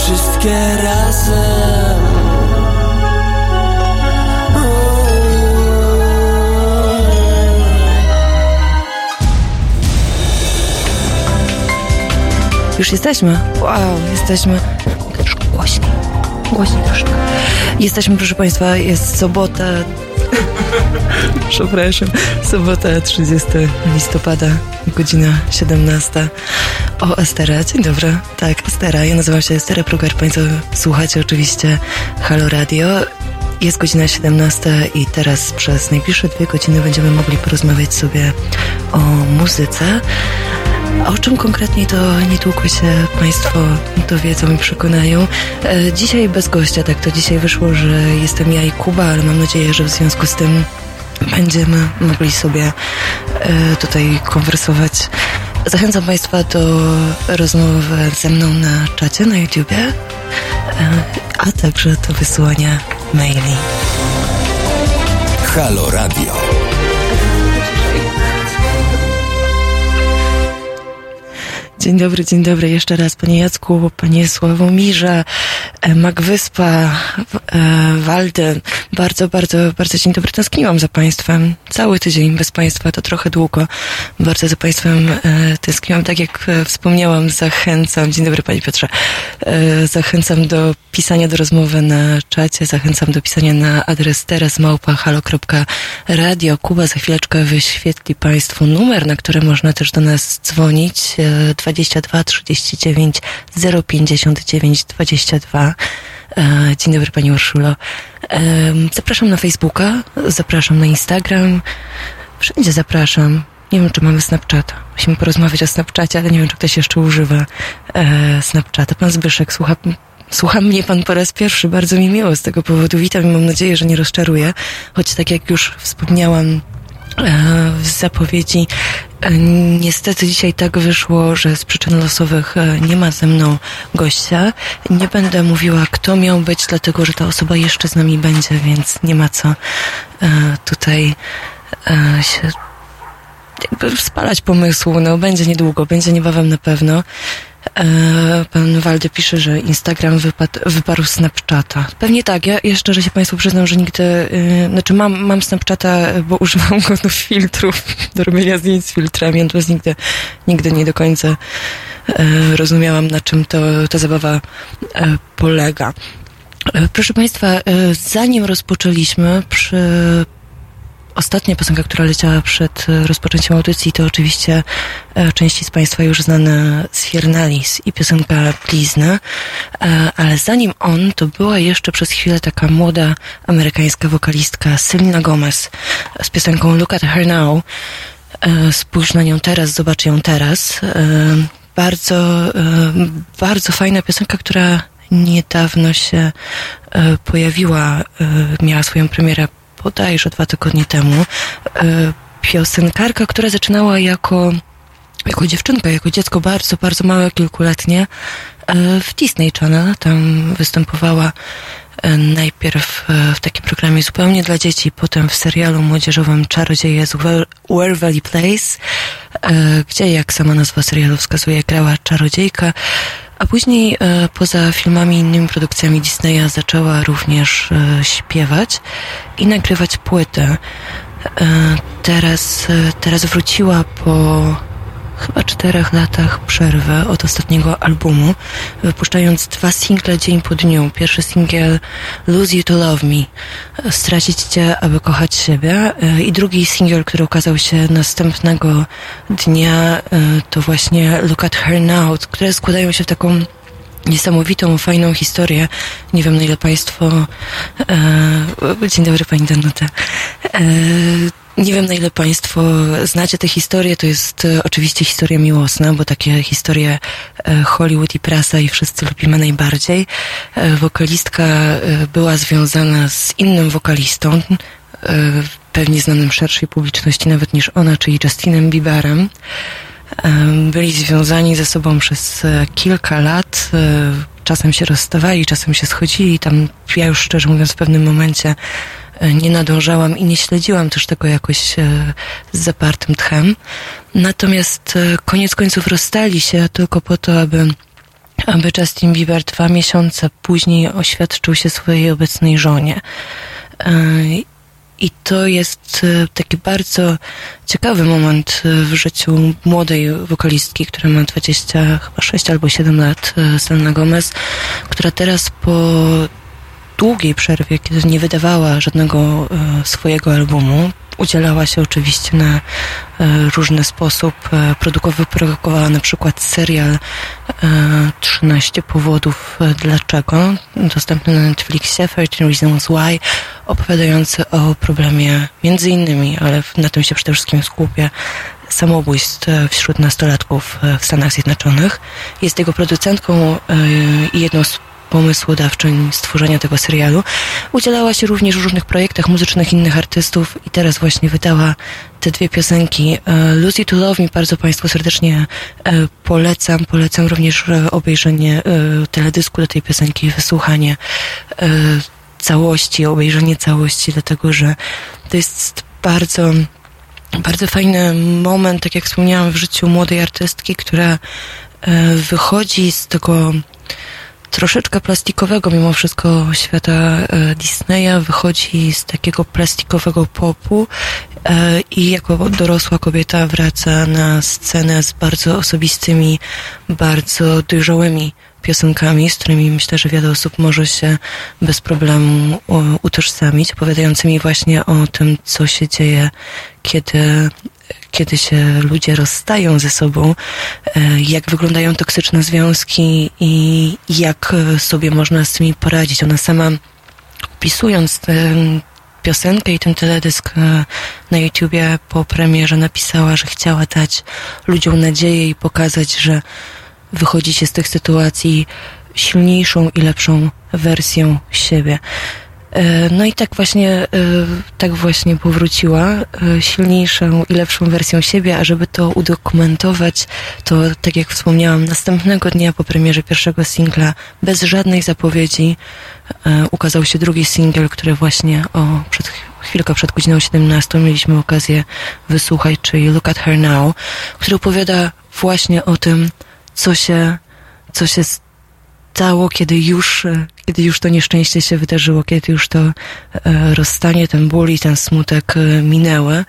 wszystkie razem. Już jesteśmy. Wow, jesteśmy. Głośniej troszkę. Jesteśmy, proszę Państwa, jest sobota. Przepraszam. Sobota, 30 listopada, godzina 17. O, Estera. Dzień dobry. Tak, Estera. Ja nazywam się Estera Prugar. Państwo słuchacie oczywiście Halo Radio. Jest godzina 17 i teraz przez najbliższe 2 godziny będziemy mogli porozmawiać sobie o muzyce. O czym konkretnie to niedługo się Państwo dowiedzą i przekonają. Dzisiaj bez gościa, tak to dzisiaj wyszło, że jestem ja i Kuba, ale mam nadzieję, że w związku z tym będziemy mogli sobie tutaj konwersować. Zachęcam Państwa do rozmowy ze mną na czacie, na YouTubie, a także do wysyłania maili. Halo Radio. Dzień dobry jeszcze raz, panie Jacku, panie Sławomirze, Magwyspa, Waldy. Bardzo dzień dobry. Tęskniłam za państwem. Cały tydzień bez państwa to trochę długo. Bardzo za państwem tęskniłam. Tak jak wspomniałam, zachęcam, dzień dobry panie Piotrze, zachęcam do pisania do rozmowy na czacie, zachęcam do pisania na adres teraz@halo.radio. Kuba za chwileczkę wyświetli państwu numer, na który można też do nas dzwonić. 22 39 059 22. Dzień dobry pani Urszulo. Zapraszam na Facebooka, zapraszam na Instagram, wszędzie zapraszam. Nie wiem, czy mamy Snapchata. Musimy porozmawiać o Snapchacie, ale nie wiem, czy ktoś jeszcze używa Snapchata. Pan Zbyszek, słucha mnie pan po raz pierwszy. Bardzo mi miło z tego powodu. Witam i mam nadzieję, że nie rozczaruję. Choć tak jak już wspomniałam w zapowiedzi, niestety dzisiaj tak wyszło, że z przyczyn losowych nie ma ze mną gościa. Nie będę mówiła, kto miał być, dlatego że ta osoba jeszcze z nami będzie, więc nie ma co tutaj się jakby spalać pomysłu. No, będzie niedługo, będzie niebawem na pewno. Pan Waldy pisze, że Instagram wyparł Snapchata. Pewnie tak, ja szczerze się państwu przyznam, że nigdy, znaczy mam Snapchata, bo używam go do filtrów, do robienia zdjęć z filtrami, natomiast nigdy nie do końca rozumiałam, na czym ta zabawa polega. Proszę państwa, zanim rozpoczęliśmy, ostatnia piosenka, która leciała przed rozpoczęciem audycji, to oczywiście części z państwa już znane Sfiernalis i piosenka Blizna, ale zanim on, to była jeszcze przez chwilę taka młoda amerykańska wokalistka Selena Gomez z piosenką Look at Her Now. Spójrz na nią teraz, zobacz ją teraz. Bardzo fajna piosenka, która niedawno się pojawiła, miała swoją premierę bodajże 2 tygodnie temu. Piosenkarka, która zaczynała jako dziewczynka, jako dziecko bardzo małe, kilkuletnie, w Disney Channel. Tam występowała najpierw w takim programie zupełnie dla dzieci, potem w serialu młodzieżowym Czarodzieje z Waverly Place, gdzie, jak sama nazwa serialu wskazuje, grała czarodziejka. A później poza filmami i innymi produkcjami Disneya zaczęła również śpiewać i nagrywać płyty. Teraz wróciła po chyba 4 latach przerwy od ostatniego albumu, wypuszczając 2 single dzień po dniu. Pierwszy singiel Lose You to Love Me, stracić cię, aby kochać siebie, i drugi singiel, który ukazał się następnego dnia, to właśnie Look at Her Now, które składają się w taką niesamowitą, fajną historię. Nie wiem, na ile państwo... Dzień dobry pani Danuta. Nie wiem, na ile państwo znacie tę historię. To jest oczywiście historia miłosna, bo takie historie Hollywood i prasa i wszyscy lubimy najbardziej. Wokalistka była związana z innym wokalistą, pewnie znanym szerszej publiczności nawet niż ona, czyli Justinem Bieberem. Byli związani ze sobą przez kilka lat. Czasem się rozstawali, czasem się schodzili. Tam ja już, szczerze mówiąc, w pewnym momencie nie nadążałam i nie śledziłam też tego jakoś z zapartym tchem. Natomiast koniec końców rozstali się tylko po to, aby aby Justin Bieber 2 miesiące później oświadczył się swojej obecnej żonie. I to jest taki bardzo ciekawy moment w życiu młodej wokalistki, która ma 26 albo 7 lat, Selena Gomez, która teraz po długiej przerwie, kiedy nie wydawała żadnego swojego albumu, udzielała się oczywiście na różny sposób. Wyprodukowała na przykład serial 13 powodów dlaczego, dostępny na Netflixie, 13 Reasons Why, opowiadający o problemie między innymi, ale na tym się przede wszystkim skupię, samobójstw wśród nastolatków w Stanach Zjednoczonych. Jest jego producentką i jedną z pomysłodawczyń stworzenia tego serialu. Udzielała się również w różnych projektach muzycznych innych artystów i teraz właśnie wydała te 2 piosenki. Lose You to Love Me bardzo Państwu serdecznie polecam. Polecam również obejrzenie teledysku do tej piosenki, wysłuchanie całości, obejrzenie całości, dlatego że to jest bardzo, bardzo fajny moment, tak jak wspomniałam, w życiu młodej artystki, która wychodzi z tego troszeczkę plastikowego mimo wszystko świata Disneya, wychodzi z takiego plastikowego popu i jako dorosła kobieta wraca na scenę z bardzo osobistymi, bardzo dojrzałymi piosenkami, z którymi myślę, że wiele osób może się bez problemu utożsamić, opowiadającymi właśnie o tym, co się dzieje, kiedy się ludzie rozstają ze sobą, jak wyglądają toksyczne związki i jak sobie można z tymi poradzić. Ona sama, opisując tę piosenkę i ten teledysk na YouTubie po premierze, napisała, że chciała dać ludziom nadzieję i pokazać, że wychodzi się z tych sytuacji silniejszą i lepszą wersją siebie. No i tak właśnie powróciła silniejszą i lepszą wersją siebie, a żeby to udokumentować, to tak jak wspomniałam, następnego dnia po premierze pierwszego singla, bez żadnej zapowiedzi, ukazał się drugi singiel, który właśnie chwilkę przed godziną 17 mieliśmy okazję wysłuchać, czyli Look at Her Now, który opowiada właśnie o tym, co się stało, kiedy już to nieszczęście się wydarzyło, kiedy już to rozstanie, ten ból i ten smutek minęły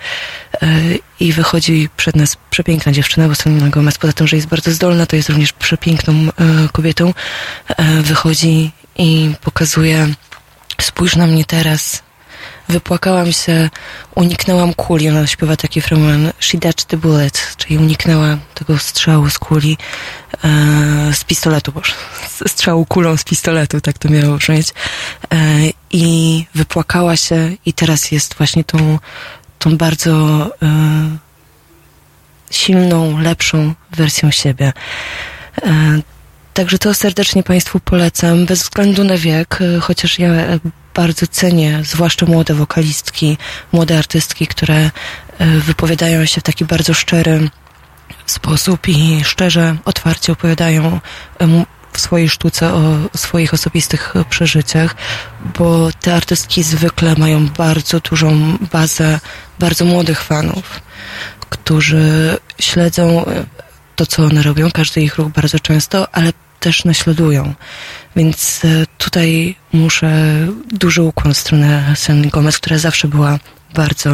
i wychodzi przed nas przepiękna dziewczyna, bo Selena Gomez, poza tym, że jest bardzo zdolna, to jest również przepiękną kobietą, wychodzi i pokazuje: spójrz na mnie teraz, wypłakałam się, uniknęłam kuli. Ona śpiewa taki fragment: she dodged the bullet, czyli uniknęła tego strzału z kuli, z pistoletu, strzału kulą z pistoletu, tak to miało brzmieć. I wypłakała się i teraz jest właśnie tą bardzo silną, lepszą wersją siebie. Także to serdecznie Państwu polecam, bez względu na wiek, chociaż ja bardzo cenię, zwłaszcza młode wokalistki, młode artystki, które wypowiadają się w taki bardzo szczery sposób i szczerze, otwarcie opowiadają w swojej sztuce o swoich osobistych przeżyciach, bo te artystki zwykle mają bardzo dużą bazę bardzo młodych fanów, którzy śledzą to, co one robią, każdy ich ruch bardzo często, ale też naśladują. Więc tutaj muszę duży ukłon w stronę Seleny Gomez, która zawsze była bardzo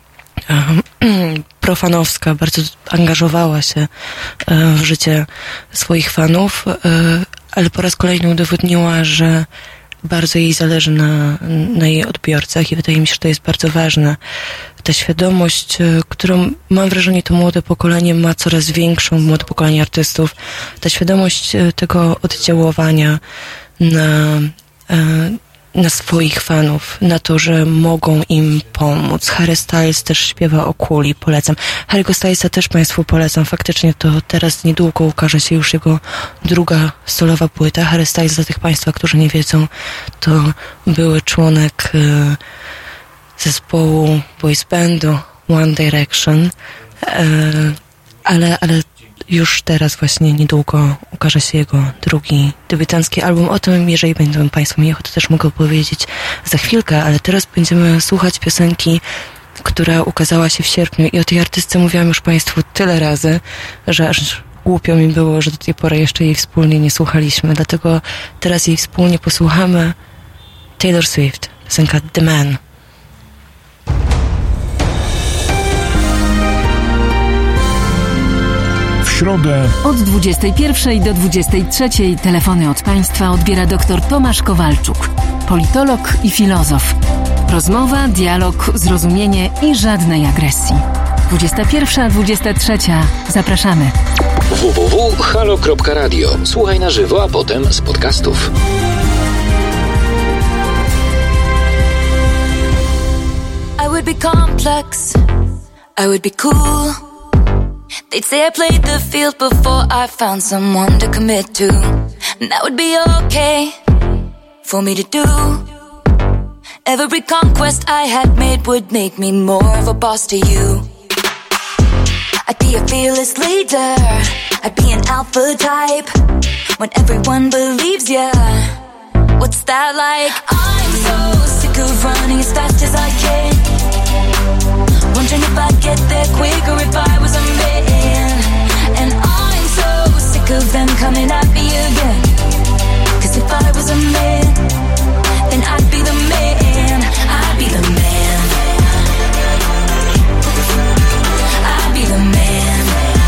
profanowska, bardzo angażowała się w życie swoich fanów, ale po raz kolejny udowodniła, że bardzo jej zależy na jej odbiorcach i wydaje mi się, że to jest bardzo ważne. Ta świadomość, którą mam wrażenie to młode pokolenie ma coraz większą, młode pokolenie artystów, ta świadomość tego oddziaływania na swoich fanów, na to, że mogą im pomóc. Harry Styles też śpiewa o kuli, polecam. Harry'ego Stylesa też Państwu polecam. Faktycznie to teraz niedługo ukaże się już jego druga solowa płyta. Harry Styles, dla tych Państwa, którzy nie wiedzą, to były członek zespołu boys bandu One Direction, ale już teraz właśnie niedługo ukaże się jego drugi debiutancki album. O tym, jeżeli będą Państwo mieli ochotę, też mogę powiedzieć za chwilkę, ale teraz będziemy słuchać piosenki, która ukazała się w sierpniu i o tej artystce mówiłam już Państwu tyle razy, że aż głupio mi było, że do tej pory jeszcze jej wspólnie nie słuchaliśmy, dlatego teraz jej wspólnie posłuchamy. Taylor Swift, piosenka The Man. W środę od 21 do 23 telefony od Państwa odbiera dr Tomasz Kowalczuk, politolog i filozof. Rozmowa, dialog, zrozumienie i żadnej agresji. 21-23. Zapraszamy. www.halo.radio. Słuchaj na żywo, a potem z podcastów. I would be complex, I would be cool. They'd say I played the field before I found someone to commit to. And that would be okay for me to do. Every conquest I had made would make me more of a boss to you. I'd be a fearless leader, I'd be an alpha type. When everyone believes ya, what's that like? I'm so sick of running as fast as I can, wondering if I'd get there quicker if I was a man. And I'm so sick of them coming at me again, 'cause if I was a man, then I'd be the man, I'd be the man, I'd be the man.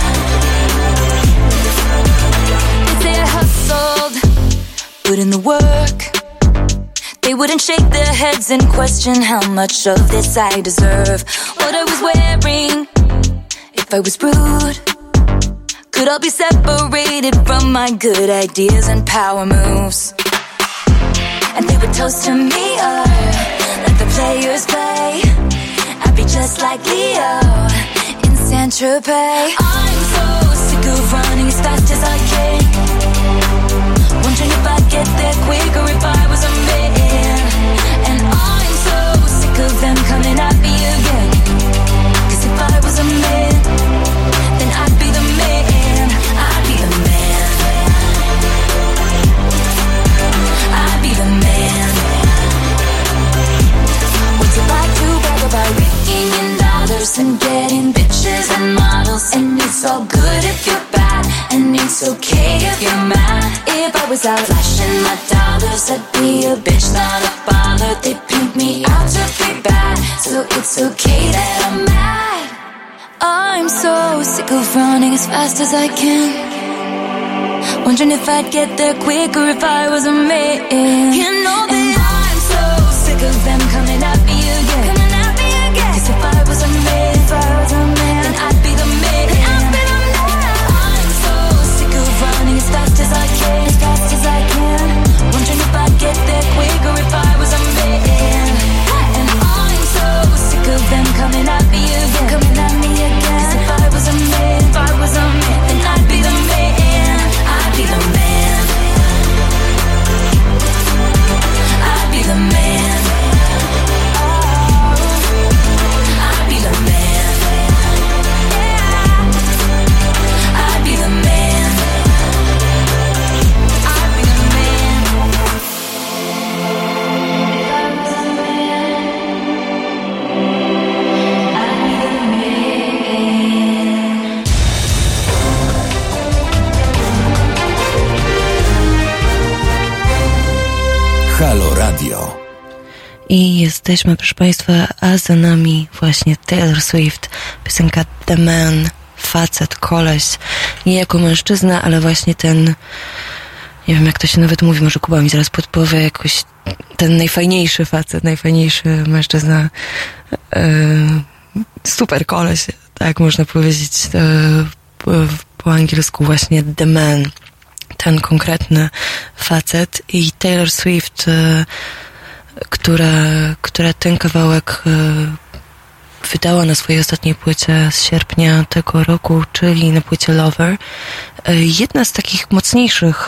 They say I hustled, put in the work. They wouldn't shake their heads and question how much of this I deserve. What I was wearing, if I was rude, could all be separated from my good ideas and power moves. And they would toast to me, let the players play. I'd be just like Leo in Saint-Tropez. I'm so sick of running as fast as I can, wondering if I'd get there quicker if I was a man. And I'm so sick of them coming at me again, 'cause if I was a man, then I'd be the man, I'd be the man, I'd be the man. What's it like to brag about raking in dollars and getting bitches and models? And it's all good if you're bad, and it's okay if you're mad. If I was out flashing my dollars, I'd be a bitch, not a bother. They paint me out to be bad, so it's okay that I'm mad. I'm so sick of running as fast as I can, wondering if I'd get there quicker if I was a man. You know that I'm so sick of them coming at me again, 'cause if I was a man, if I was a man, then I'd be the man, I'd be the man. I'm so sick of running as fast as I can, as fast as I can, wondering if I'd get there quicker if I was a man. And I'm so sick of them coming at me again, coming at me again. 'Cause if I was a man, if I was a man, then I'd be the man, I'd be the man, I'd be the man, I'd be the man, I'd be the man, I'd be the man. Halo Radio. I jesteśmy, proszę Państwa, a za nami właśnie Taylor Swift, piosenka The Man, facet, koleś, nie jako mężczyzna, ale właśnie ten, nie wiem jak to się nawet mówi, może Kuba mi zaraz podpowie, jakoś ten najfajniejszy facet, najfajniejszy mężczyzna, super koleś, tak można powiedzieć po angielsku, właśnie The Man, ten konkretny facet. I Taylor Swift, która ten kawałek wydała na swojej ostatniej płycie z sierpnia tego roku, czyli na płycie Lover. Jedna z takich mocniejszych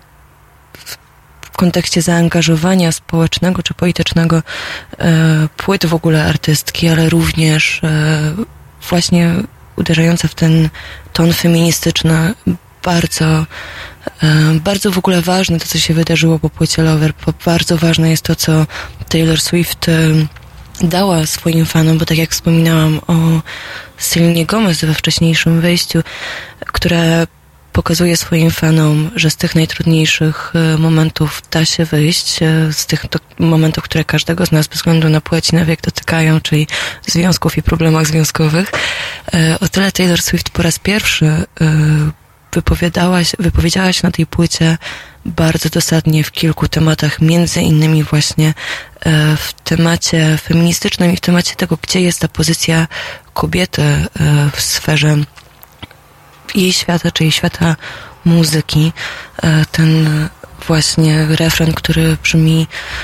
w kontekście zaangażowania społecznego czy politycznego płyt w ogóle artystki, ale również właśnie uderzająca w ten ton feministyczny. Bardzo w ogóle ważne to, co się wydarzyło po płycie Lover. Bardzo ważne jest to, co Taylor Swift dała swoim fanom, bo tak jak wspominałam o Selenie Gomez we wcześniejszym wejściu, która pokazuje swoim fanom, że z tych najtrudniejszych momentów da się wyjść, z tych momentów, które każdego z nas bez względu na płeć i na wiek dotykają, czyli związków i problemach związkowych. O tyle Taylor Swift po raz pierwszy wypowiedziała się na tej płycie bardzo dosadnie w kilku tematach, między innymi właśnie w temacie feministycznym i w temacie tego, gdzie jest ta pozycja kobiety w sferze jej świata, czyli świata muzyki. Ten właśnie refren, który brzmi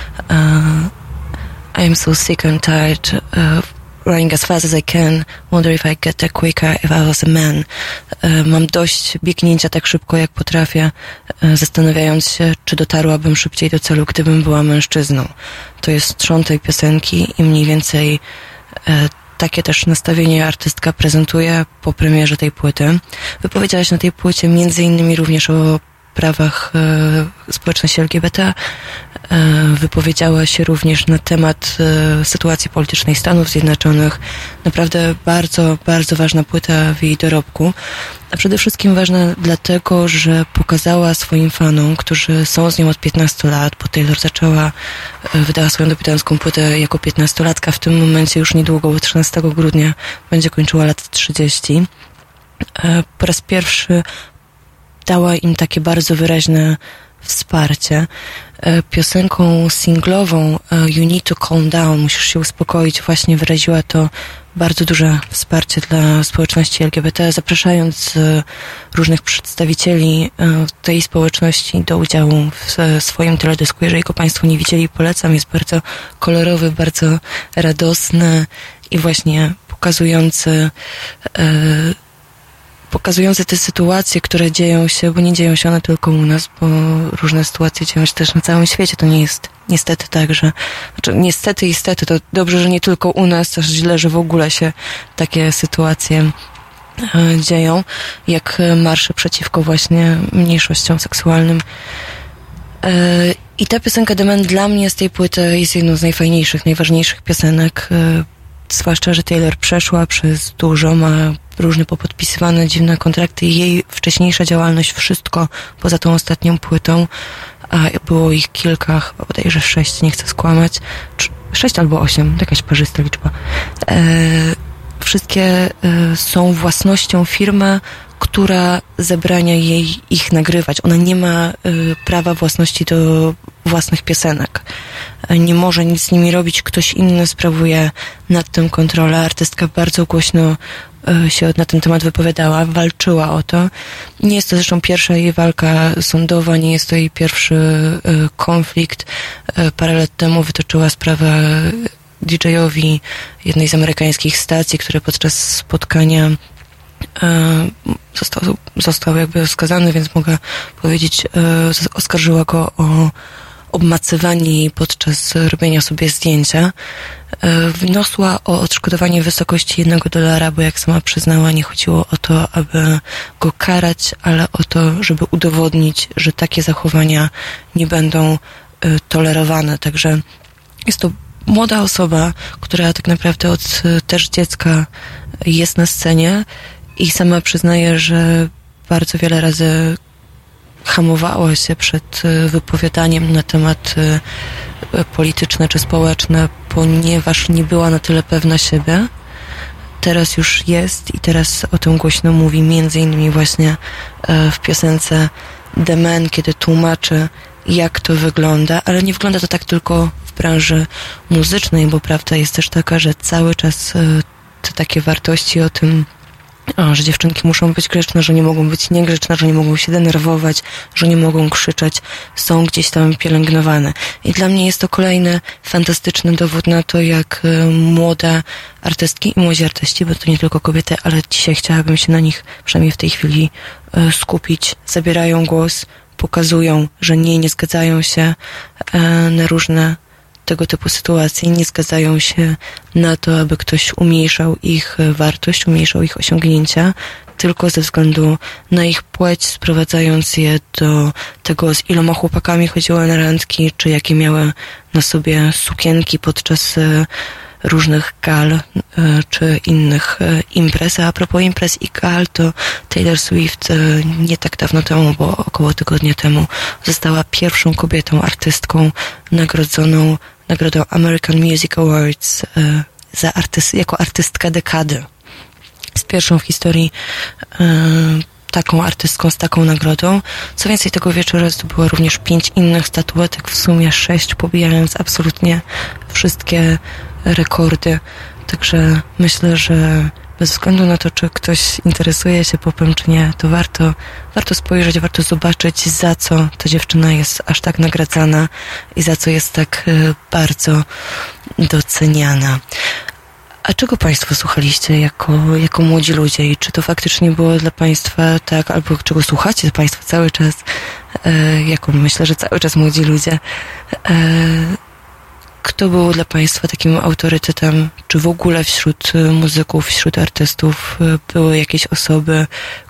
I'm so sick and tired running as fast as I can, wonder if I get there quicker if I was a man. Mam dość biegnięcia tak szybko, jak potrafię, zastanawiając się, czy dotarłabym szybciej do celu, gdybym była mężczyzną. To jest trzon tej piosenki i mniej więcej takie też nastawienie artystka prezentuje po premierze tej płyty. Wypowiedziała się na tej płycie między innymi również o prawach społeczności LGBT. Wypowiedziała się również na temat sytuacji politycznej Stanów Zjednoczonych. Naprawdę bardzo, bardzo ważna płyta w jej dorobku. A przede wszystkim ważna dlatego, że pokazała swoim fanom, którzy są z nią od 15 lat, bo Taylor wydała swoją debiutancką płytę jako 15-latka. W tym momencie już niedługo, bo 13 grudnia będzie kończyła lat 30. Po raz pierwszy dała im takie bardzo wyraźne wsparcie. Piosenką singlową You Need to Calm Down, musisz się uspokoić, właśnie wyraziła to bardzo duże wsparcie dla społeczności LGBT, zapraszając różnych przedstawicieli tej społeczności do udziału w swoim teledysku. Jeżeli go Państwo nie widzieli, polecam. Jest bardzo kolorowy, bardzo radosny i właśnie pokazujący te sytuacje, które dzieją się, bo nie dzieją się one tylko u nas, bo różne sytuacje dzieją się też na całym świecie. To nie jest niestety tak, że... niestety, to dobrze, że nie tylko u nas, też źle, że w ogóle się takie sytuacje dzieją, jak marsze przeciwko właśnie mniejszościom seksualnym. I ta piosenka The Man dla mnie z tej płyty jest jedną z najfajniejszych, najważniejszych piosenek, zwłaszcza, że Taylor przeszła przez dużo, ma różne popodpisywane dziwne kontrakty i jej wcześniejsza działalność, wszystko poza tą ostatnią płytą, a było ich kilka, chyba bodajże 6, nie chcę skłamać, 6 albo 8, jakaś parzysta liczba. Wszystkie są własnością firmy, która zabrania jej ich nagrywać. Ona nie ma prawa własności do własnych piosenek. Nie może nic z nimi robić, ktoś inny sprawuje nad tym kontrolę. Artystka bardzo głośno się na ten temat wypowiadała, walczyła o to. Nie jest to zresztą pierwsza jej walka sądowa, nie jest to jej pierwszy konflikt. Parę lat temu wytoczyła sprawę DJ-owi jednej z amerykańskich stacji, który podczas spotkania został jakby skazany, więc mogę powiedzieć, oskarżyła go o obmacywanie jej podczas robienia sobie zdjęcia. Wniosła o odszkodowanie w wysokości $1, bo jak sama przyznała, nie chodziło o to, aby go karać, ale o to, żeby udowodnić, że takie zachowania nie będą tolerowane. Także jest to młoda osoba, która tak naprawdę od też dziecka jest na scenie i sama przyznaje, że bardzo wiele razy hamowała się przed wypowiadaniem na tematy polityczne czy społeczne, ponieważ nie była na tyle pewna siebie. Teraz już jest i teraz o tym głośno mówi, między innymi właśnie w piosence The Man, kiedy tłumaczy, jak to wygląda, ale nie wygląda to tak tylko w branży muzycznej, bo prawda jest też taka, że cały czas te takie wartości o tym, że dziewczynki muszą być grzeczne, że nie mogą być niegrzeczne, że nie mogą się denerwować, że nie mogą krzyczeć, są gdzieś tam pielęgnowane. I dla mnie jest to kolejny fantastyczny dowód na to, jak młode artystki i młodzi artyści, bo to nie tylko kobiety, ale dzisiaj chciałabym się na nich przynajmniej w tej chwili skupić, zabierają głos, pokazują, że nie zgadzają się na różne tego typu sytuacje, nie zgadzają się na to, aby ktoś umniejszał ich wartość, umniejszał ich osiągnięcia, tylko ze względu na ich płeć, sprowadzając je do tego, z iloma chłopakami chodziły na randki, czy jakie miały na sobie sukienki podczas różnych gal czy innych imprez. A propos imprez i gal, to Taylor Swift nie tak dawno temu, bo około tygodnia temu, została pierwszą kobietą, artystką nagrodzoną nagrodą American Music Awards jako artystka dekady. Jest pierwszą w historii taką artystką z taką nagrodą. Co więcej, tego wieczoru zdobyła również 5 innych statuetek, w sumie 6, pobijając absolutnie wszystkie rekordy. Także myślę, że bez względu na to, czy ktoś interesuje się popem, czy nie, to warto spojrzeć, warto zobaczyć, za co ta dziewczyna jest aż tak nagradzana i za co jest tak bardzo doceniana. A czego Państwo słuchaliście jako młodzi ludzie i czy to faktycznie było dla Państwa tak, albo czego słuchacie Państwo cały czas, myślę, że cały czas młodzi ludzie, kto był dla Państwa takim autorytetem, czy w ogóle wśród muzyków, wśród artystów były jakieś osoby,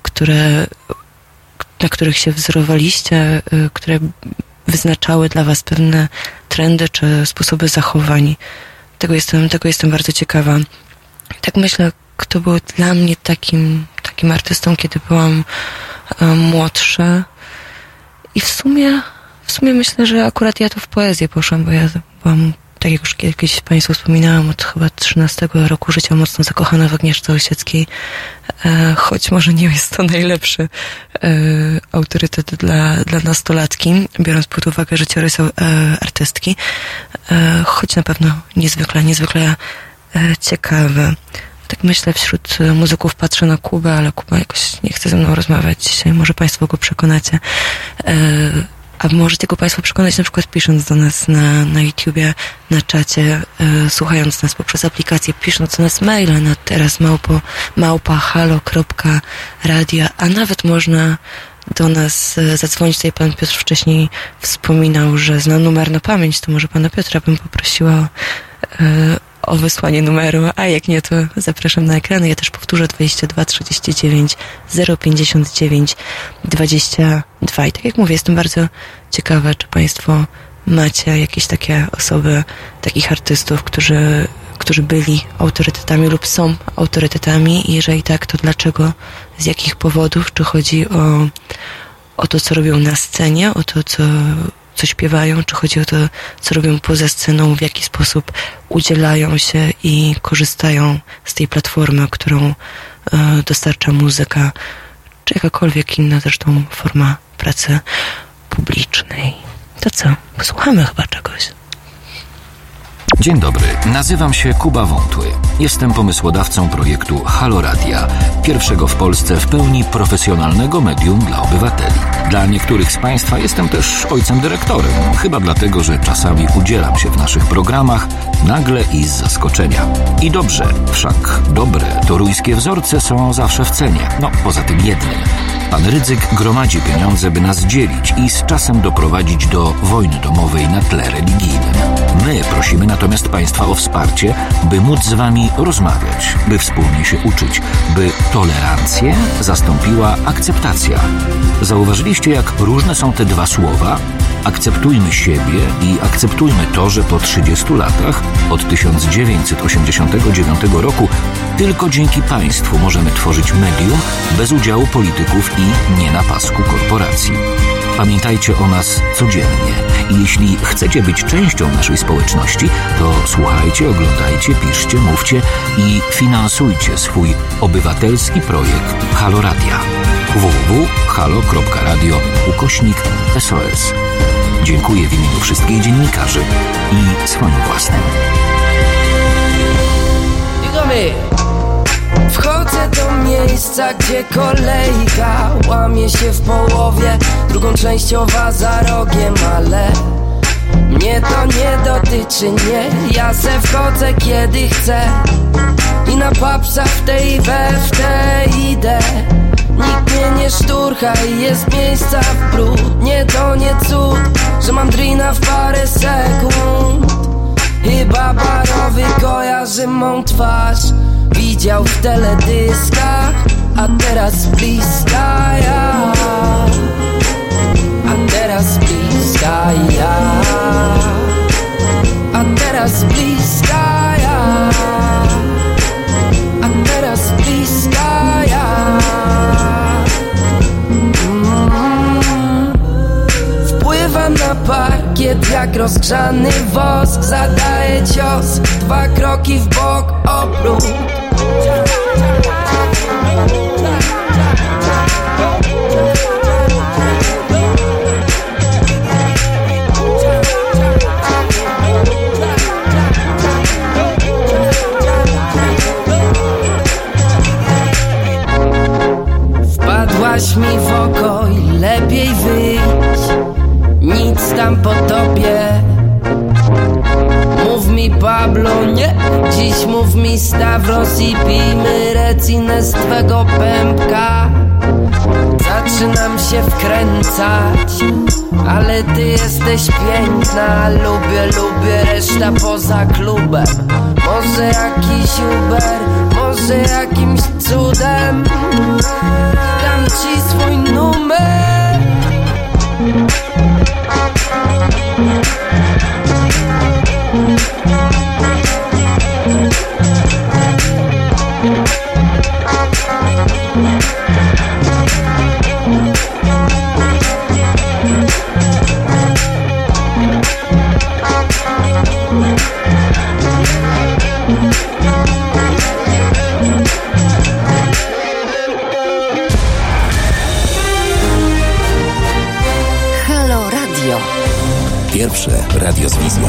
na których się wzorowaliście, które wyznaczały dla Was pewne trendy czy sposoby zachowań? Tego jestem bardzo ciekawa. Tak myślę, kto był dla mnie takim artystą, kiedy byłam młodsza. I w sumie myślę, że akurat ja tu w poezję poszłam, bo ja byłam, tak jak już kiedyś Państwu wspominałam, od chyba 13 roku życia mocno zakochana w Agnieszce Osieckiej, choć może nie jest to najlepszy autorytet dla nastolatki, biorąc pod uwagę życiorys artystki, choć na pewno niezwykle ciekawy. Tak myślę, wśród muzyków patrzę na Kubę, ale Kuba jakoś nie chce ze mną rozmawiać dzisiaj. Może Państwo go przekonacie. A możecie go Państwo przekonać na przykład pisząc do nas na YouTubie, na czacie, słuchając nas poprzez aplikację, pisząc do nas maila na teraz @halo.radio, a nawet można do nas zadzwonić. Tutaj Pan Piotr wcześniej wspominał, że zna numer na pamięć, to może Pana Piotra bym poprosiła o wysłanie numeru, a jak nie, to zapraszam na ekrany. Ja też powtórzę: 22 39 059 22. I tak jak mówię, jestem bardzo ciekawa, czy Państwo macie jakieś takie osoby, takich artystów, którzy byli autorytetami lub są autorytetami i jeżeli tak, to dlaczego, z jakich powodów, czy chodzi o to, co robią na scenie, o to, co śpiewają, czy chodzi o to, co robią poza sceną, w jaki sposób udzielają się i korzystają z tej platformy, którą dostarcza muzyka, czy jakakolwiek inna zresztą forma pracy publicznej. To co? Posłuchamy chyba czegoś. Dzień dobry, nazywam się Kuba Wątły. Jestem pomysłodawcą projektu Halo Radia, pierwszego w Polsce w pełni profesjonalnego medium dla obywateli. Dla niektórych z Państwa jestem też ojcem dyrektorem, chyba dlatego, że czasami udzielam się w naszych programach nagle i z zaskoczenia. I dobrze, wszak dobre toruńskie wzorce są zawsze w cenie, poza tym jednym. Pan Rydzyk gromadzi pieniądze, by nas dzielić i z czasem doprowadzić do wojny domowej na tle religijnym. My prosimy natomiast Państwa o wsparcie, by móc z Wami rozmawiać, by wspólnie się uczyć, by tolerancję zastąpiła akceptacja. Zauważyliście, jak różne są te dwa słowa? Akceptujmy siebie i akceptujmy to, że po 30 latach, od 1989 roku, tylko dzięki Państwu możemy tworzyć medium bez udziału polityków i nie na pasku korporacji. Pamiętajcie o nas codziennie i jeśli chcecie być częścią naszej społeczności, to słuchajcie, oglądajcie, piszcie, mówcie i finansujcie swój obywatelski projekt Halo Radia. www.halo.radio/SOS. Dziękuję w imieniu wszystkich dziennikarzy i swoim własnym. Wchodzę do miejsca, gdzie kolejka łamie się w połowie, drugą częściowa za rogiem, ale mnie to nie dotyczy, nie. Ja se wchodzę kiedy chcę i na papsa w tej idę. Nikt mnie nie szturcha i jest miejsca w brud. Nie, to nie cud, że mam drina w parę sekund. Chyba barowy kojarzy mą twarz, widział w teledyskach, a teraz bliska ja. A teraz bliska ja. A teraz bliska ja. Wpada na parkiet jak rozgrzany wosk. Zadaje cios, 2 kroki w bok, obrót. Wpadłaś mi w oko i lepiej wyjdź. Nic tam po tobie. Mów mi Pablo, nie. Dziś mów mi Stavros i pijmy recinę z twego pępka. Zaczynam się wkręcać, ale ty jesteś piękna. Lubię, reszta poza klubem. Może jakiś Uber, może jakimś cudem dam ci swój numer. Halo Radio. Pierwsze radio z wizją.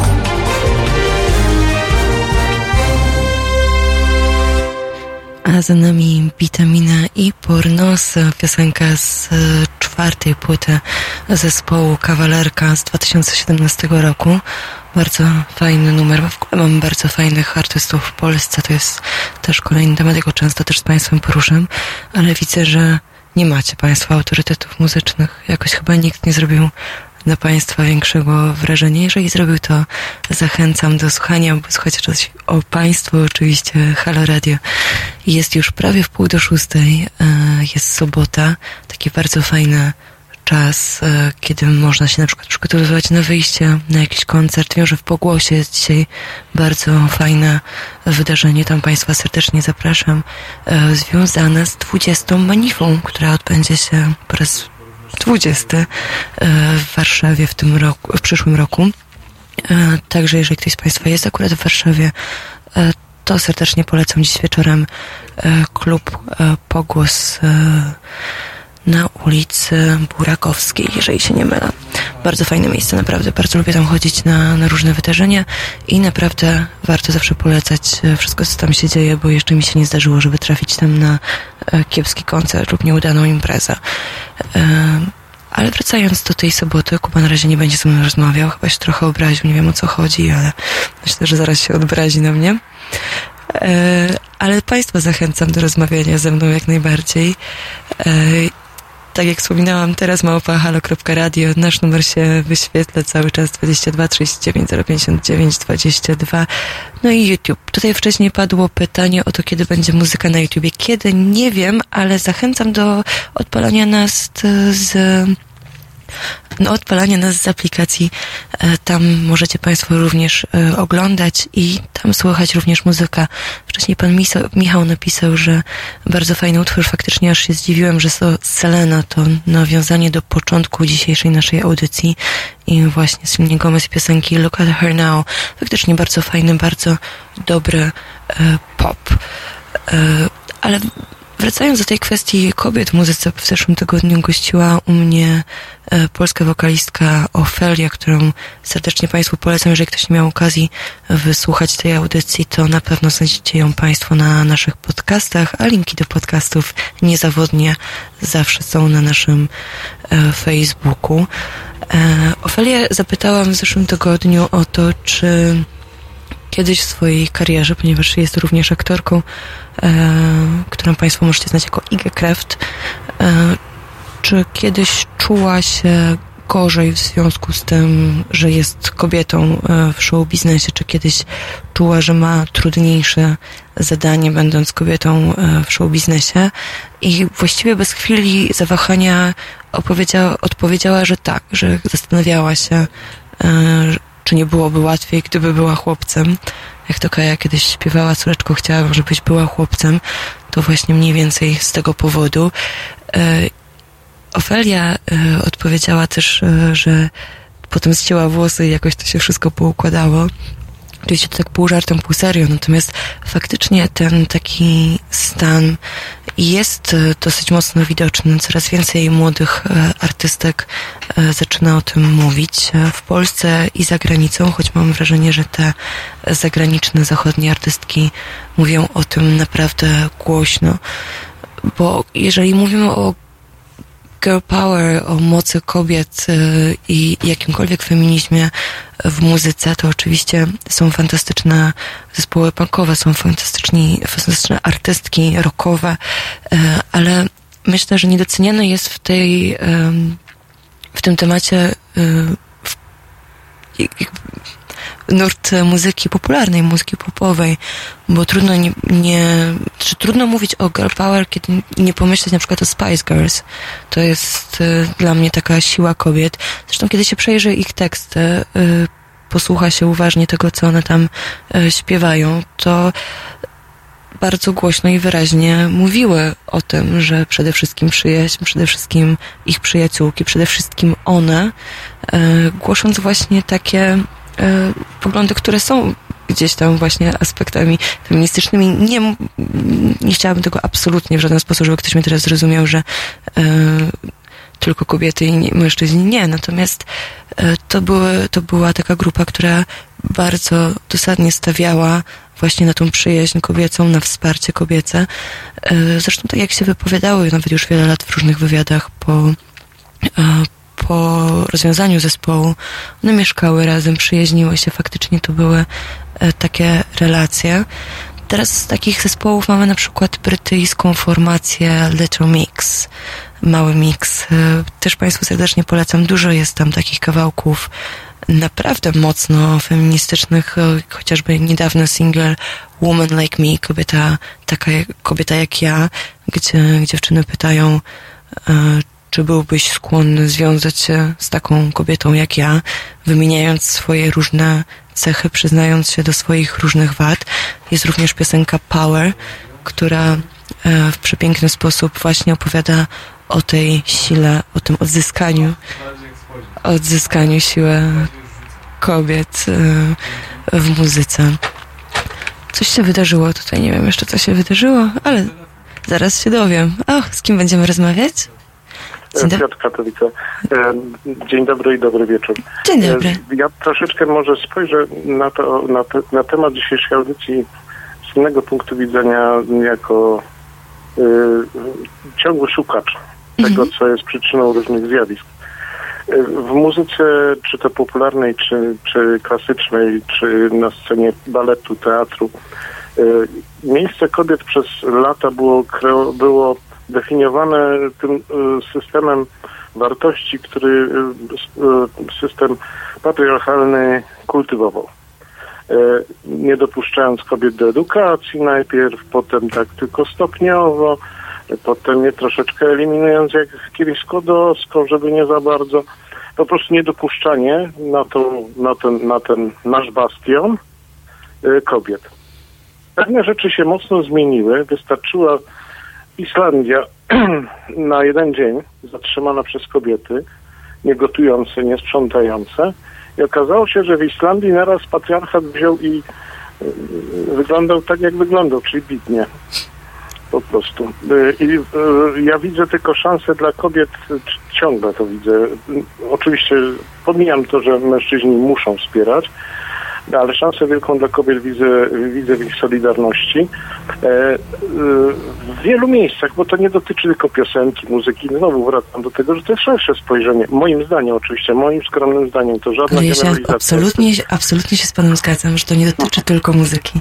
A za nami Witamina i Pornosa, piosenka z 4. płyty zespołu Kawalerka z 2017 roku. Bardzo fajny numer, bo w ogóle mam bardzo fajnych artystów w Polsce. To jest też kolejny temat, jego często też z Państwem poruszam, ale widzę, że nie macie Państwo autorytetów muzycznych. Jakoś chyba nikt nie zrobił na Państwa większego wrażenia. Jeżeli zrobił, to zachęcam do słuchania, bo słuchajcie coś o Państwu, oczywiście Halo Radio. Jest już prawie 5:30, jest sobota, taki bardzo fajny czas, kiedy można się na przykład przygotowywać na wyjście na jakiś koncert. Wiem, że w Pogłosie jest dzisiaj bardzo fajne wydarzenie, tam Państwa serdecznie zapraszam, związane z 20. Manifą, która odbędzie się po raz 20 w Warszawie w przyszłym roku. Także jeżeli ktoś z Państwa jest akurat w Warszawie, to serdecznie polecam dziś wieczorem klub Pogłos na ulicy Burakowskiej, jeżeli się nie mylę. Bardzo fajne miejsce, naprawdę. Bardzo lubię tam chodzić na różne wydarzenia i naprawdę warto zawsze polecać wszystko, co tam się dzieje, bo jeszcze mi się nie zdarzyło, żeby trafić tam na kiepski koncert lub nieudaną imprezę. Ale wracając do tej soboty, Kuba na razie nie będzie ze mną rozmawiał, chyba się trochę obraził, nie wiem o co chodzi, ale myślę, że zaraz się odbrazi na mnie. Ale Państwa zachęcam do rozmawiania ze mną jak najbardziej. Tak jak wspominałam, teraz @halo.radio. Nasz numer się wyświetla cały czas 22 39 059 22. No i YouTube. Tutaj wcześniej padło pytanie o to, kiedy będzie muzyka na YouTubie. Kiedy? Nie wiem, ale zachęcam do odpalania nas z aplikacji. Tam możecie Państwo również oglądać i tam słuchać również muzyka. Wcześniej pan Michał napisał, że bardzo fajny utwór. Faktycznie aż się zdziwiłem, że to Selena, to nawiązanie do początku dzisiejszej naszej audycji i właśnie Selena Gomez piosenki Look at Her Now. Faktycznie bardzo fajny, bardzo dobry pop. Ale wracając do tej kwestii kobiet w muzyce, w zeszłym tygodniu gościła u mnie polska wokalistka Ofelia, którą serdecznie Państwu polecam. Jeżeli ktoś nie miał okazji wysłuchać tej audycji, to na pewno znajdziecie ją Państwo na naszych podcastach, a linki do podcastów niezawodnie zawsze są na naszym Facebooku. Ofelię zapytałam w zeszłym tygodniu o to, czy kiedyś w swojej karierze, ponieważ jest również aktorką, którą Państwo możecie znać jako Igę Kreft, czy kiedyś czuła się gorzej w związku z tym, że jest kobietą w show biznesie, czy kiedyś czuła, że ma trudniejsze zadanie, będąc kobietą w show biznesie? I właściwie bez chwili zawahania odpowiedziała, że tak, że zastanawiała się, czy nie byłoby łatwiej, gdyby była chłopcem. Jak to Kaja kiedyś śpiewała, córeczko, chciałabym, żebyś była chłopcem. To właśnie mniej więcej z tego powodu. Ofelia odpowiedziała też, że potem zcięła włosy i jakoś to się wszystko poukładało. Oczywiście to tak pół żartem, pół serio, natomiast faktycznie ten taki stan jest dosyć mocno widoczny. Coraz więcej młodych artystek zaczyna o tym mówić w Polsce i za granicą, choć mam wrażenie, że te zagraniczne, zachodnie artystki mówią o tym naprawdę głośno. Bo jeżeli mówimy o girl power, o mocy kobiet i jakimkolwiek feminizmie w muzyce, to oczywiście są fantastyczne zespoły punkowe, są fantastyczne artystki rockowe, ale myślę, że niedoceniane jest w tym temacie nurt muzyki popularnej, muzyki popowej, bo trudno mówić o girl power, kiedy nie pomyśleć na przykład o Spice Girls. To jest dla mnie taka siła kobiet. Zresztą kiedy się przejrzy ich teksty, posłucha się uważnie tego, co one tam śpiewają, to bardzo głośno i wyraźnie mówiły o tym, że przede wszystkim przyjaźń, przede wszystkim ich przyjaciółki, przede wszystkim one, głosząc właśnie takie poglądy, które są gdzieś tam właśnie aspektami feministycznymi. Nie chciałabym tego absolutnie w żaden sposób, żeby ktoś mnie teraz zrozumiał, że tylko kobiety i mężczyźni. Nie, natomiast to była taka grupa, która bardzo dosadnie stawiała właśnie na tą przyjaźń kobiecą, na wsparcie kobiece. Zresztą tak jak się wypowiadały nawet już wiele lat w różnych wywiadach po rozwiązaniu zespołu, one mieszkały razem, przyjaźniły się, faktycznie to były takie relacje. Teraz z takich zespołów mamy na przykład brytyjską formację Little Mix, Mały Mix. Też Państwu serdecznie polecam. Dużo jest tam takich kawałków naprawdę mocno feministycznych, chociażby niedawny single Woman Like Me, kobieta jak ja, gdzie dziewczyny pytają, czy byłbyś skłonny związać się z taką kobietą jak ja, wymieniając swoje różne cechy, przyznając się do swoich różnych wad. Jest również piosenka Power, która w przepiękny sposób właśnie opowiada o tej sile, o tym odzyskaniu siły kobiet w muzyce. Coś się wydarzyło tutaj, nie wiem jeszcze co się wydarzyło, ale zaraz się dowiem. Z kim będziemy rozmawiać? Piotr Katowice. Dzień dobry i dobry wieczór. Dzień dobry. Ja troszeczkę może spojrzę na temat dzisiejszej audycji z innego punktu widzenia, jako ciągły szukacz tego, co jest przyczyną różnych zjawisk. W muzyce, czy to popularnej, czy klasycznej, czy na scenie baletu, teatru, miejsce kobiet przez lata było definiowane tym systemem wartości, który system patriarchalny kultywował. Nie dopuszczając kobiet do edukacji najpierw, potem tak tylko stopniowo, potem je troszeczkę eliminując jak kiedyś Skłodowską, żeby nie za bardzo. Po prostu niedopuszczanie na ten nasz bastion kobiet. Pewne rzeczy się mocno zmieniły. Wystarczyła Islandia na jeden dzień zatrzymana przez kobiety, nie gotujące, nie sprzątające. I okazało się, że w Islandii naraz patriarchat wziął i wyglądał tak, jak wyglądał, czyli bidnie. Po prostu. I ja widzę tylko szansę dla kobiet, ciągle to widzę. Oczywiście pomijam to, że mężczyźni muszą wspierać, ale szansę wielką dla kobiet widzę w ich solidarności. W wielu miejscach, bo to nie dotyczy tylko piosenki, muzyki. Znowu wracam do tego, że to jest szersze spojrzenie. Moim zdaniem oczywiście, moim skromnym zdaniem, to żadna generalizacja. Absolutnie się z Panem zgadzam, że to nie dotyczy tylko muzyki.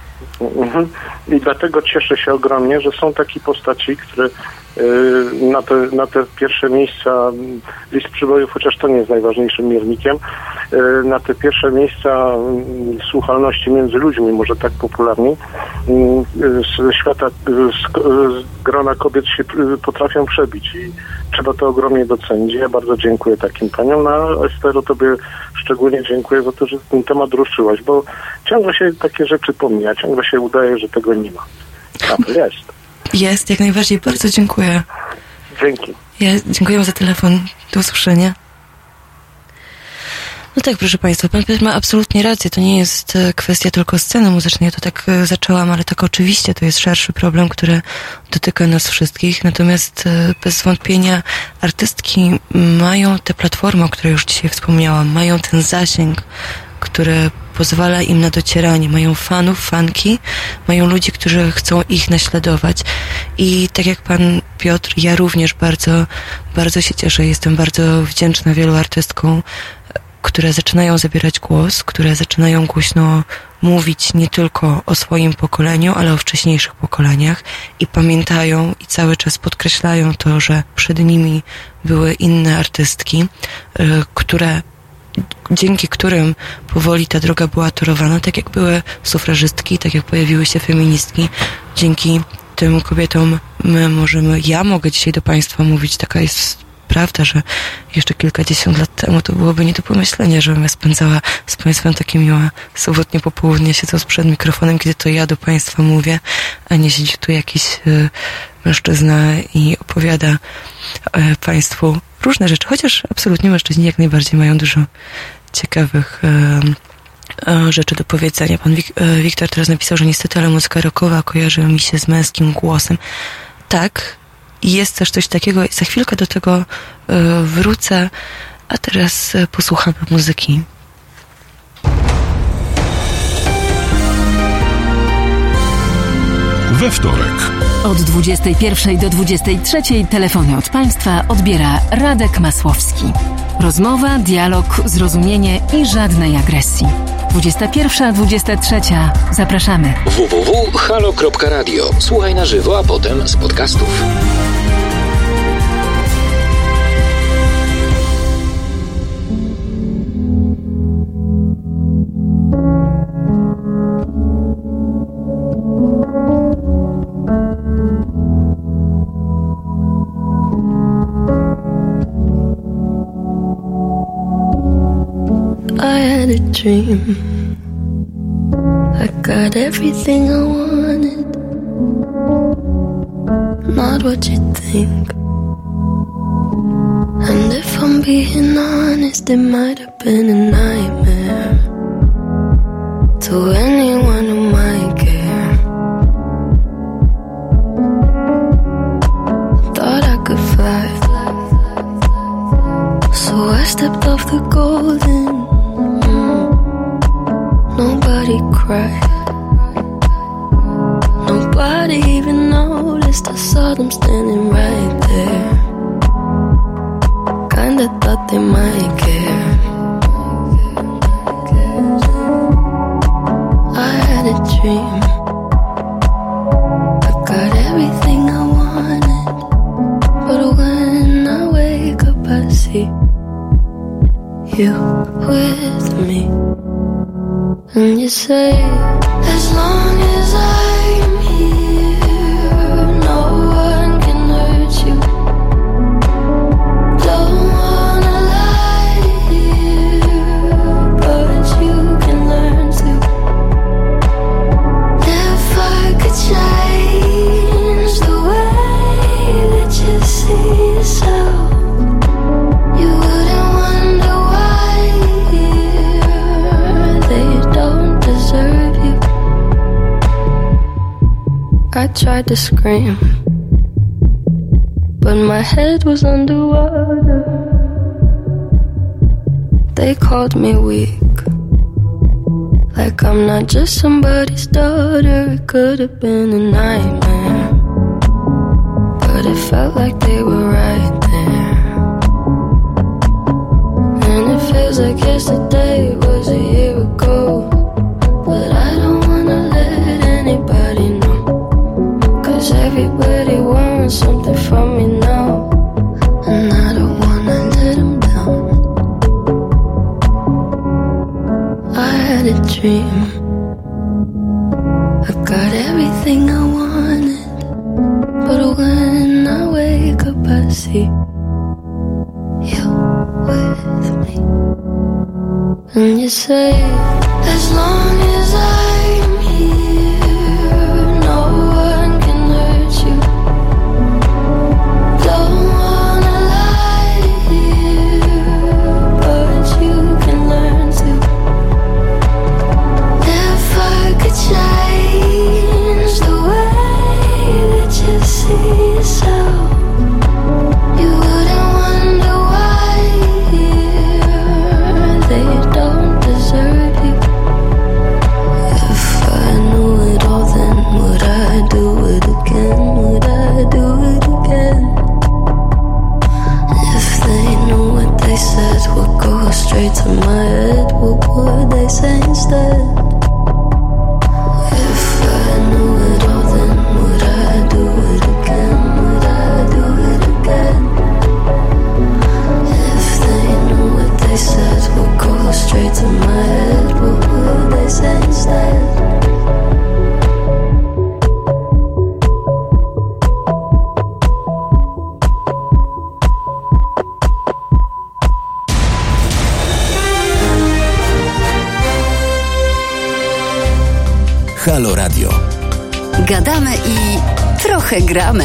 I dlatego cieszę się ogromnie, że są takie postaci, które na te pierwsze miejsca, list przybojów, chociaż to nie jest najważniejszym miernikiem, na te pierwsze miejsca słuchalności między ludźmi, może tak popularnie, ze świata, z grona kobiet się potrafią przebić i trzeba to ogromnie docenić. Ja bardzo dziękuję takim paniom. Estero, tobie szczególnie dziękuję za to, że ten temat ruszyłaś, bo ciągle się takie rzeczy pomija, ciągle się udaje, że tego nie ma. A to jest. Jest, jak najbardziej. Bardzo dziękuję. Dzięki. Dziękuję za telefon. Do usłyszenia. No tak, proszę Państwa, Pan Piotr ma absolutnie rację. To nie jest kwestia tylko sceny muzycznej. Ja to tak zaczęłam, ale tak oczywiście to jest szerszy problem, który dotyka nas wszystkich. Natomiast bez wątpienia artystki mają tę platformę, o której już dzisiaj wspomniałam, mają ten zasięg, który pozwala im na docieranie. Mają fanów, fanki, mają ludzi, którzy chcą ich naśladować. I tak jak Pan Piotr, ja również bardzo, bardzo się cieszę. Jestem bardzo wdzięczna wielu artystkom, które zaczynają zabierać głos, które zaczynają głośno mówić nie tylko o swoim pokoleniu, ale o wcześniejszych pokoleniach i pamiętają i cały czas podkreślają to, że przed nimi były inne artystki, dzięki którym powoli ta droga była torowana, tak jak były sufrażystki, tak jak pojawiły się feministki. Dzięki tym kobietom ja mogę dzisiaj do Państwa mówić, taka jest prawda, że jeszcze kilkadziesiąt lat temu to byłoby nie do pomyślenia, żebym ja spędzała z Państwem takie miłe sobotnie popołudnie, siedząc przed mikrofonem, kiedy to ja do Państwa mówię, a nie siedzi tu jakiś mężczyzna i opowiada Państwu różne rzeczy, chociaż absolutnie mężczyźni jak najbardziej mają dużo ciekawych rzeczy do powiedzenia. Pan Wiktor teraz napisał, że niestety, ale muzyka rockowa kojarzy mi się z męskim głosem. Tak, jest też coś takiego i za chwilkę do tego wrócę, a teraz posłuchamy muzyki. We wtorek od 21 do 23 telefony od Państwa odbiera Radek Masłowski. Rozmowa, dialog, zrozumienie i żadnej agresji. 21-23. Zapraszamy. www.halo.radio. Słuchaj na żywo, a potem z podcastów. I had a dream. I got everything I wanted, not what you think. And if I'm being honest, it might have been a nightmare to anyone who might care. Thought I could fly, so I stepped off the golden. Nobody cried, nobody even noticed. I saw them standing right there. Kinda thought they might care. I had a dream. I got everything I wanted, but when I wake up I see you with me. And you say, as long as I'm here, no one can hurt you. Don't wanna lie here, but you can learn to. If I could change the way that you see yourself, you wouldn't wonder why they don't deserve you. I tried to scream, but my head was underwater. They called me weak, like I'm not just somebody's daughter. It could have been a nightmare, but it felt like they were right there. And it feels like yesterday was a year ago, but I don't wanna let anybody know, 'cause everybody wants something from me now, and I don't wanna let them down. I had a dream. I got everything I wanted, but when I wake up I see you with me. And you say, as long as I'm here, no one can hurt you. Don't wanna lie here, but you can learn. straight to my head. What would they say instead? If I knew it all, then would I do it again? Would I do it again? If they knew what they said would go straight to my head, what would they say instead? Halo Radio. Gadamy i trochę gramy.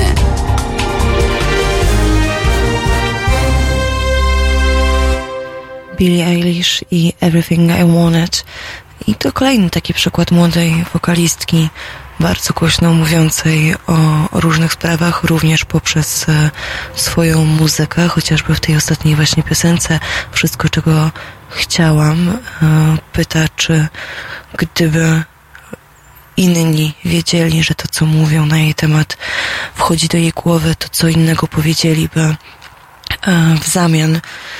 Billie Eilish i Everything I Wanted. I to kolejny taki przykład młodej wokalistki, bardzo głośno mówiącej o różnych sprawach, również poprzez swoją muzykę, chociażby w tej ostatniej właśnie piosence Wszystko, czego chciałam. Pyta, czy gdyby inni wiedzieli, że to, co mówią na jej temat, wchodzi do jej głowy, to co innego powiedzieliby w zamian.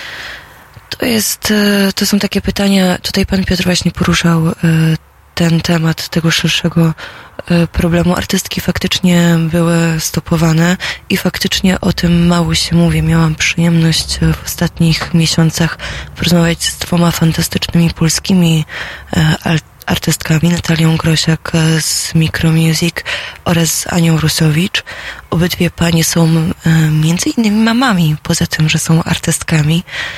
To są takie pytania, tutaj pan Piotr właśnie poruszał ten temat tego szerszego problemu. Artystki faktycznie były stopowane i faktycznie o tym mało się mówi. Miałam przyjemność w ostatnich miesiącach porozmawiać z 2 fantastycznymi polskimi artystkami, Natalią Grosiak z Micromusic oraz z Anią Rusowicz. Obydwie panie są między innymi mamami, poza tym, że są artystkami.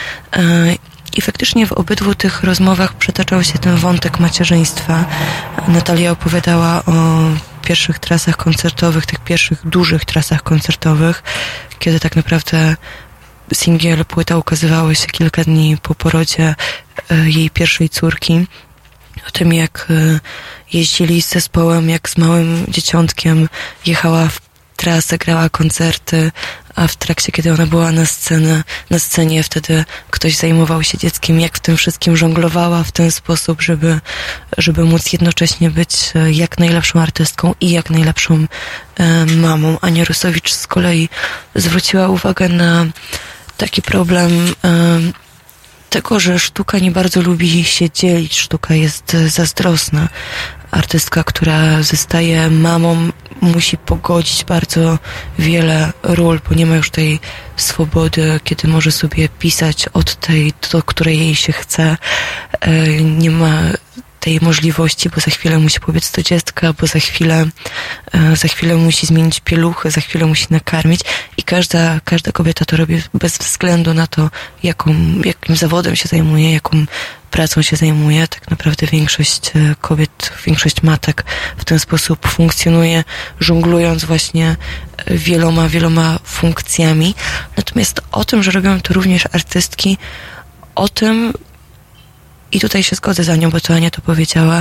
I faktycznie w obydwu tych rozmowach przetaczał się ten wątek macierzyństwa. Natalia opowiadała o pierwszych trasach koncertowych, tych pierwszych dużych trasach koncertowych, kiedy tak naprawdę singiel, płyta ukazywały się kilka dni po porodzie jej pierwszej córki. O tym, jak jeździli z zespołem, jak z małym dzieciątkiem jechała w trasę, grała koncerty, a w trakcie, kiedy ona była na scenie, wtedy ktoś zajmował się dzieckiem, jak w tym wszystkim żonglowała w ten sposób, żeby móc jednocześnie być jak najlepszą artystką i jak najlepszą mamą. Ania Rusowicz z kolei zwróciła uwagę na taki problem tego, że sztuka nie bardzo lubi się dzielić, sztuka jest zazdrosna. Artystka, która zostaje mamą, musi pogodzić bardzo wiele ról, bo nie ma już tej swobody, kiedy może sobie pisać od tej, do której jej się chce. Nie ma tej możliwości, bo za chwilę musi pobiec do dziecka, bo za chwilę musi zmienić pieluchę, za chwilę musi nakarmić i każda kobieta to robi bez względu na to, jakim zawodem się zajmuje, jaką pracą się zajmuje. Tak naprawdę większość kobiet, większość matek w ten sposób funkcjonuje, żonglując właśnie wieloma funkcjami. Natomiast o tym, że robią to również artystki, o tym, i tutaj się zgodzę za nią, bo to Ania to powiedziała,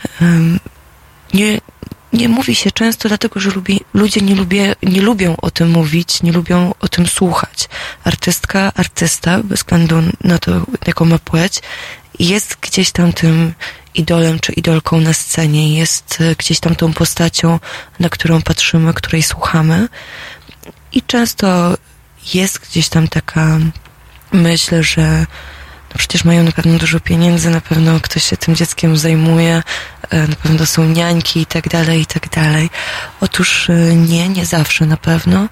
nie mówi się często, dlatego że ludzie nie lubią o tym mówić, nie lubią o tym słuchać. Artysta, bez względu na to, jaką ma płeć, jest gdzieś tam tym idolem czy idolką na scenie, jest gdzieś tam tą postacią, na którą patrzymy, której słuchamy. I często jest gdzieś tam taka myśl, że no przecież mają na pewno dużo pieniędzy, na pewno ktoś się tym dzieckiem zajmuje, na pewno są niańki i tak dalej. Otóż nie zawsze na pewno.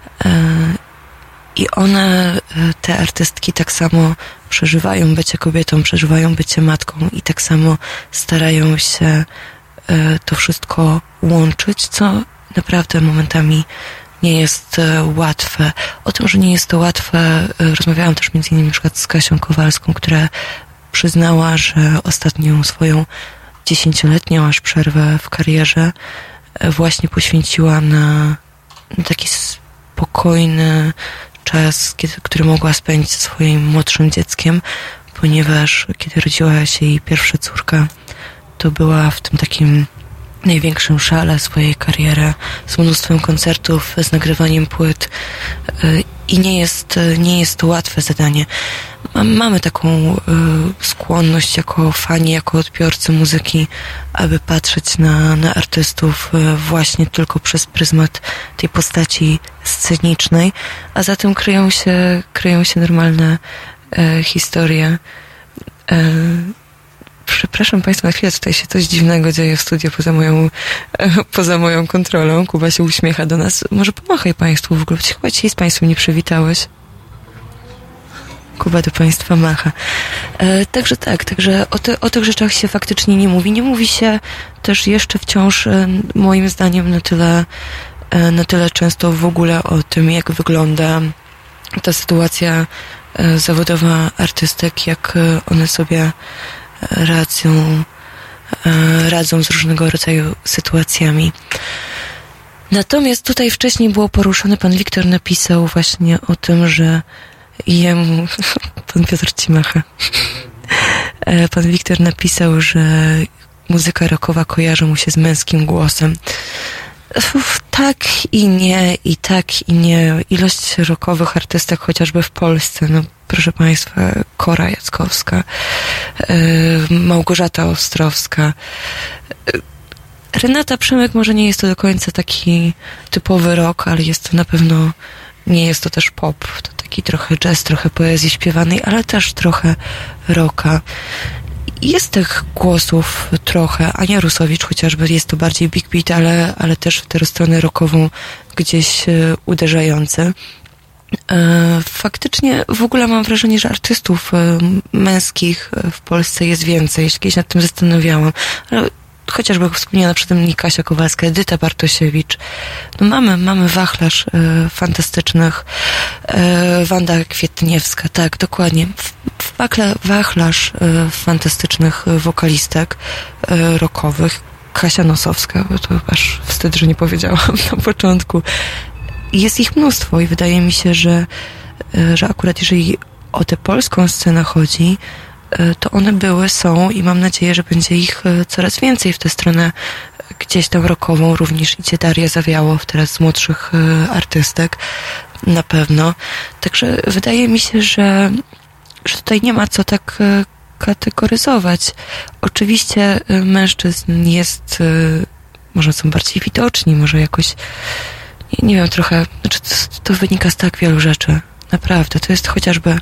I one, te artystki, tak samo przeżywają bycie kobietą, przeżywają bycie matką i tak samo starają się to wszystko łączyć, co naprawdę momentami nie jest łatwe. O tym, że nie jest to łatwe, rozmawiałam też między innymi na przykład z Kasią Kowalską, która przyznała, że ostatnią swoją 10-letnią aż przerwę w karierze właśnie poświęciła na taki spokojny czas, który mogła spędzić ze swoim młodszym dzieckiem, ponieważ kiedy rodziła się jej pierwsza córka, to była w tym takim największym szale swojej kariery, z mnóstwem koncertów, z nagrywaniem płyt i nie jest to łatwe zadanie. Mamy taką skłonność jako fani, jako odbiorcy muzyki, aby patrzeć na artystów właśnie tylko przez pryzmat tej postaci scenicznej, a za tym kryją się normalne historie Przepraszam Państwa, na chwilę tutaj się coś dziwnego dzieje w studiu poza moją kontrolą. Kuba się uśmiecha do nas. Może pomachaj Państwu w ogóle. Chyba dzisiaj z Państwem nie przywitałeś. Kuba do Państwa macha. Także o tych rzeczach się faktycznie nie mówi. Nie mówi się też jeszcze wciąż, moim zdaniem, na tyle często w ogóle o tym, jak wygląda ta sytuacja zawodowa artystek, jak one sobie radzą z różnego rodzaju sytuacjami. Natomiast tutaj wcześniej było poruszone, pan Wiktor napisał właśnie o tym, że jemu... Pan Piotr ci macha. Pan Wiktor napisał, że muzyka rockowa kojarzy mu się z męskim głosem. Tak i nie, i tak i nie. Ilość rockowych artystek chociażby w Polsce, no proszę Państwa, Kora Jackowska, Małgorzata Ostrowska, Renata Przemek, może nie jest to do końca taki typowy rock, ale jest to na pewno, nie jest to też pop, to taki trochę jazz, trochę poezji śpiewanej, ale też trochę rocka. Jest tych głosów trochę. Ania Rusowicz chociażby, jest to bardziej big beat, ale też w tę stronę rockową gdzieś uderzające. Faktycznie w ogóle mam wrażenie, że artystów męskich w Polsce jest więcej. Kiedyś nad tym zastanawiałam. Ale chociażby wspomniana przede mnie Kasia Kowalska, Edyta Bartosiewicz. No mamy wachlarz fantastycznych. Wanda Kwietniewska, tak, dokładnie. Wachlarz fantastycznych wokalistek rockowych. Kasia Nosowska, bo to aż wstyd, że nie powiedziałam na początku. Jest ich mnóstwo i wydaje mi się, że akurat jeżeli o tę polską scenę chodzi, to one są i mam nadzieję, że będzie ich coraz więcej w tę stronę gdzieś tam rockową. Również idzie Daria Zawiałow, teraz z młodszych artystek, na pewno. Także wydaje mi się, że tutaj nie ma co tak kategoryzować. Oczywiście mężczyzn jest, może są bardziej widoczni, może jakoś, nie wiem, trochę, znaczy to wynika z tak wielu rzeczy. Naprawdę, to jest chociażby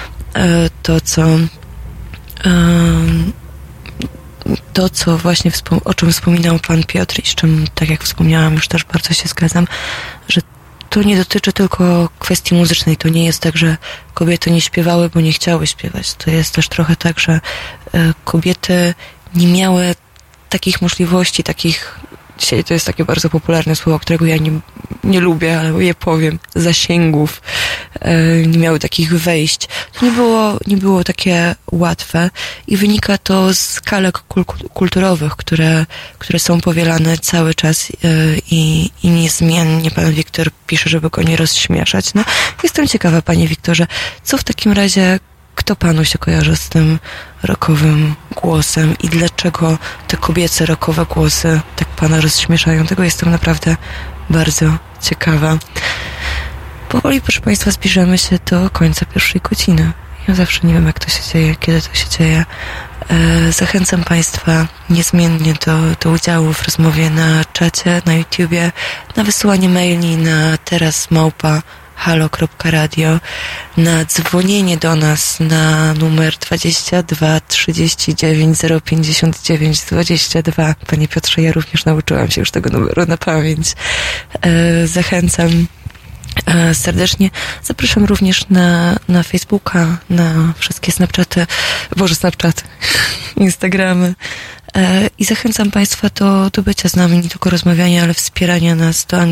to, co właśnie o czym wspominał pan Piotr i z czym, tak jak wspomniałam, już też bardzo się zgadzam, że to nie dotyczy tylko kwestii muzycznej. To nie jest tak, że kobiety nie śpiewały, bo nie chciały śpiewać. To jest też trochę tak, że kobiety nie miały takich możliwości, dzisiaj to jest takie bardzo popularne słowo, którego ja nie lubię, ale je powiem, zasięgów, nie miały takich wejść. To nie było takie łatwe i wynika to z skalek kulturowych, które są powielane cały czas i niezmiennie. Pan Wiktor pisze, żeby go nie rozśmieszać. No, jestem ciekawa, panie Wiktorze, co w takim razie, kto panu się kojarzy z tym rockowym głosem i dlaczego te kobiece rockowe głosy tak pana rozśmieszają? Tego jestem naprawdę bardzo ciekawa. Powoli, proszę Państwa, zbliżamy się do końca pierwszej godziny. Ja zawsze nie wiem, jak to się dzieje, kiedy to się dzieje. Zachęcam Państwa niezmiennie do udziału w rozmowie na czacie, na YouTubie, na wysyłanie maili na teraz@halo.radio, na dzwonienie do nas na numer 22 39 059 22. Panie Piotrze, ja również nauczyłam się już tego numeru na pamięć. Zachęcam serdecznie. Zapraszam również na Facebooka, na wszystkie Snapchaty, Instagramy. I zachęcam Państwa do bycia z nami, nie tylko rozmawiania, ale wspierania nas, do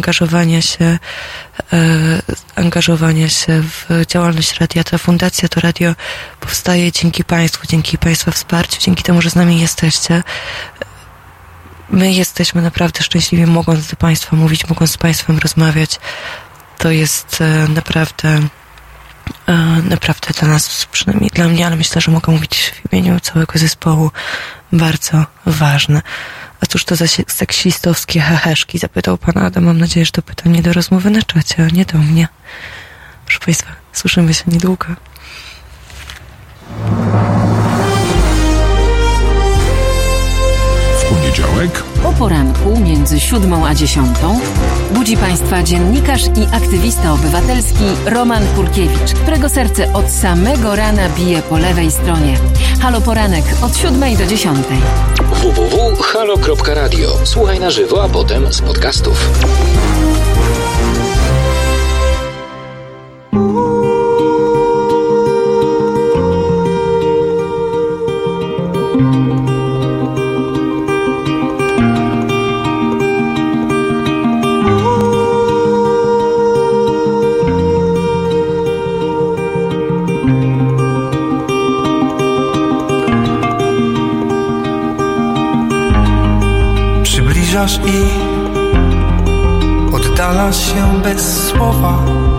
angażowania się w działalność radia. Ta fundacja, to radio powstaje dzięki Państwu, dzięki Państwa wsparciu, dzięki temu, że z nami jesteście. My jesteśmy naprawdę szczęśliwi, mogąc do Państwa mówić, mogąc z Państwem rozmawiać. To jest naprawdę dla nas, przynajmniej dla mnie, ale myślę, że mogę mówić w imieniu całego zespołu, bardzo ważne. A cóż to za seksistowskie heheszki? Zapytał pan Adam. Mam nadzieję, że to pytanie do rozmowy na czacie, a nie do mnie. Proszę Państwa, słyszymy się niedługo. W poniedziałek o poranku między 7 a 10 budzi Państwa dziennikarz i aktywista obywatelski Roman Kurkiewicz, którego serce od samego rana bije po lewej stronie. Halo Poranek od 7 do 10. www.halo.radio. Słuchaj na żywo, a potem z podcastów. I oddalasz się bez słowa.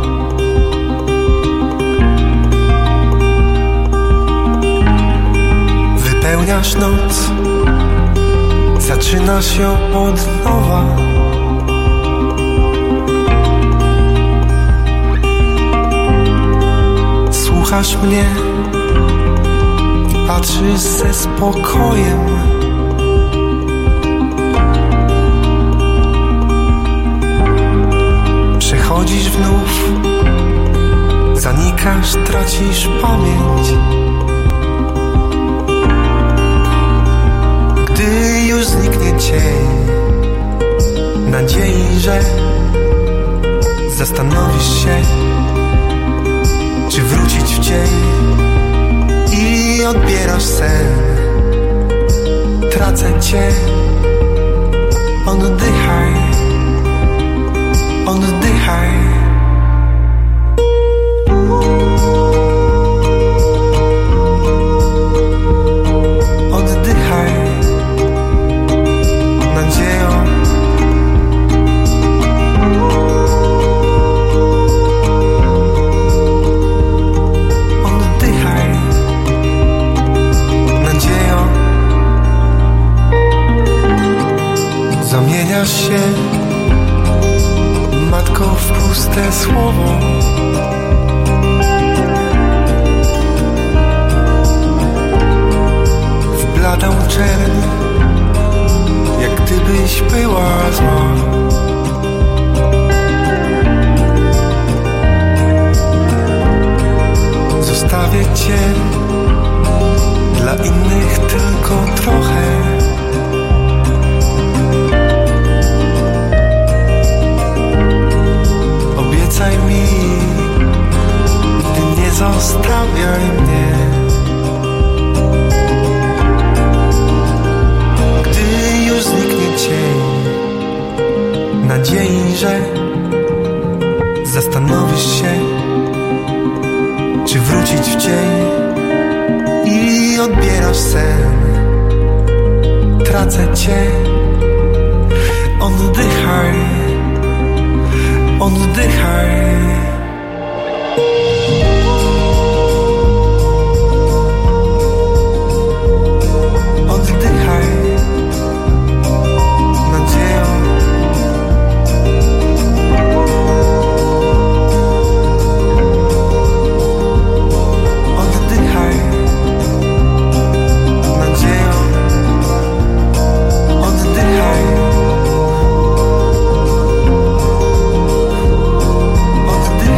Wypełniasz noc, zaczynasz ją od nowa. Słuchasz mnie i patrzysz ze spokojem. Przechodzisz znów, zanikasz, tracisz pamięć. Gdy już zniknie cień nadziei, że zastanowisz się, czy wrócić w dzień i odbierasz sen. Tracę cię, oddychaj. Oddychaj. Oddychaj, nadziejo. Oddychaj, nadziejo. Zamieniasz się matko w puste słowo. W bladą czerń, jak gdybyś była zła. Zostawię cię dla innych tylko trochę. Obiecaj mi, nigdy nie zostawiaj mnie. Gdy już zniknie cień nadziei, że zastanowisz się, czy wrócić w dzień i odbierasz sen. Tracę cię, oddychaj. Oddychaj. Oddychaj, nadziejo. Oddychaj, nadziejo. Oddychaj.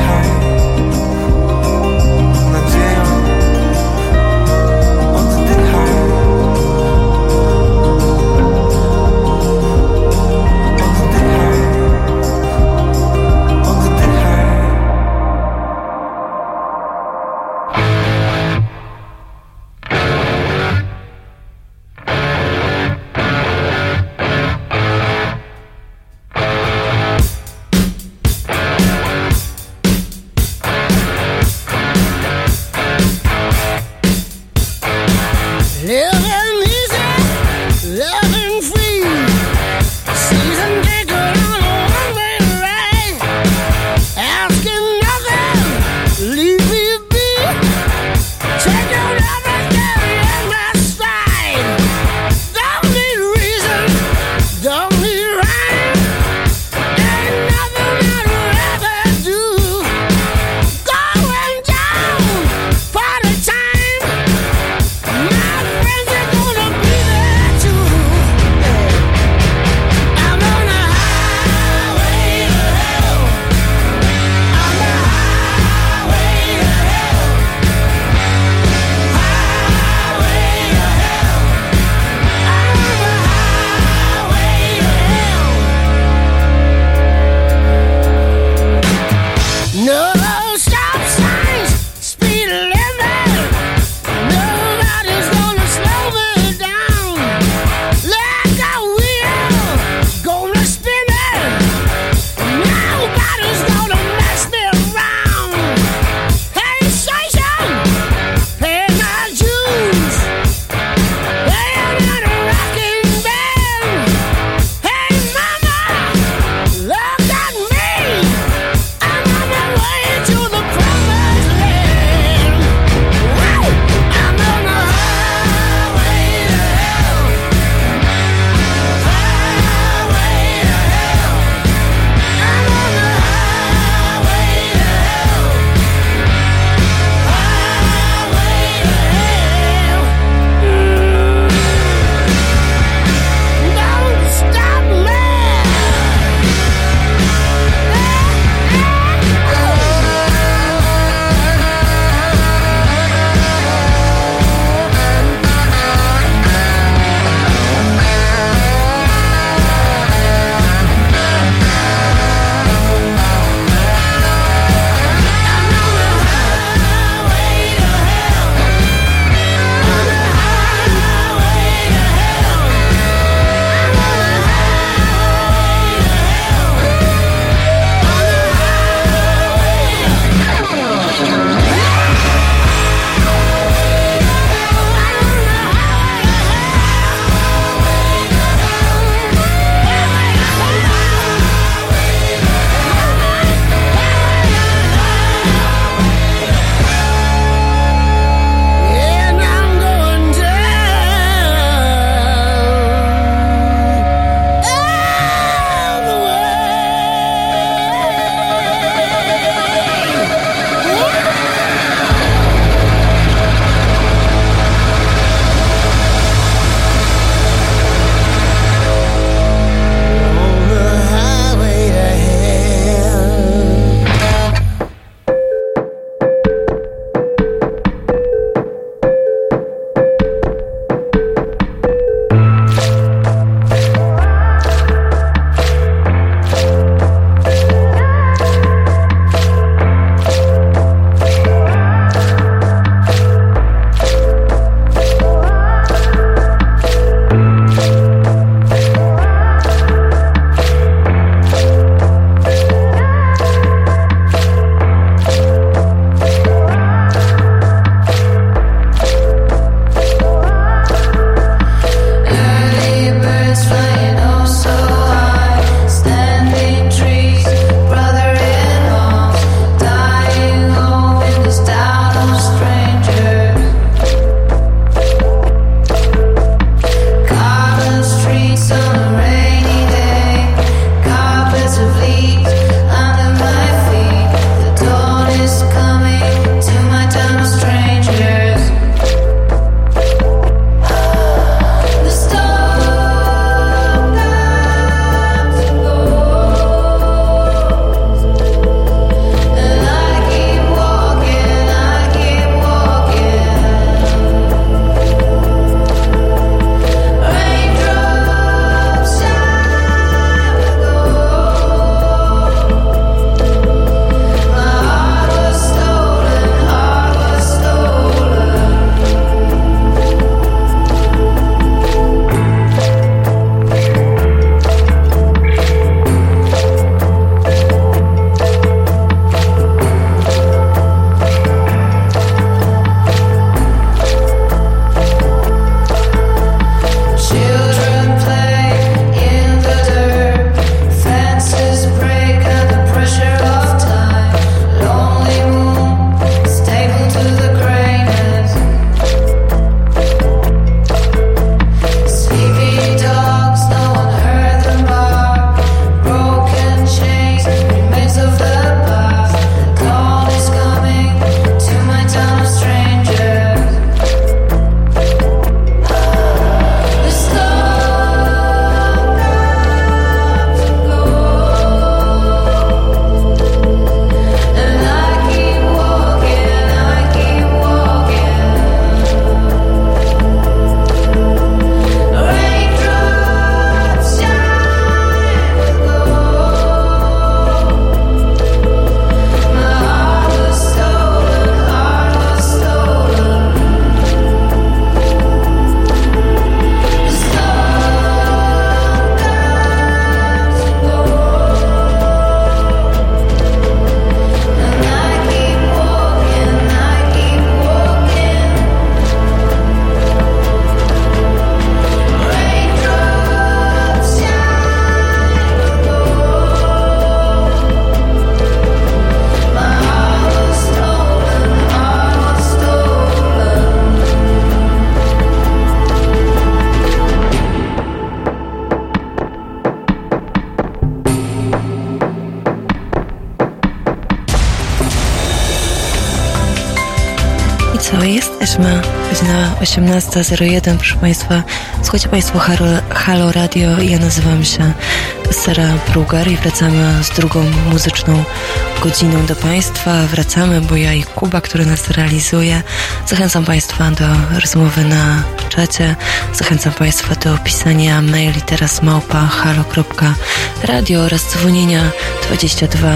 godzina 18:01, proszę Państwa. Słuchajcie Państwo Halo Radio, ja nazywam się Sara Brugar i wracamy z drugą muzyczną godziną do Państwa. Wracamy, bo ja i Kuba, który nas realizuje. Zachęcam Państwa do rozmowy na czacie, zachęcam Państwa do pisania maili teraz @halo.radio oraz dzwonienia 22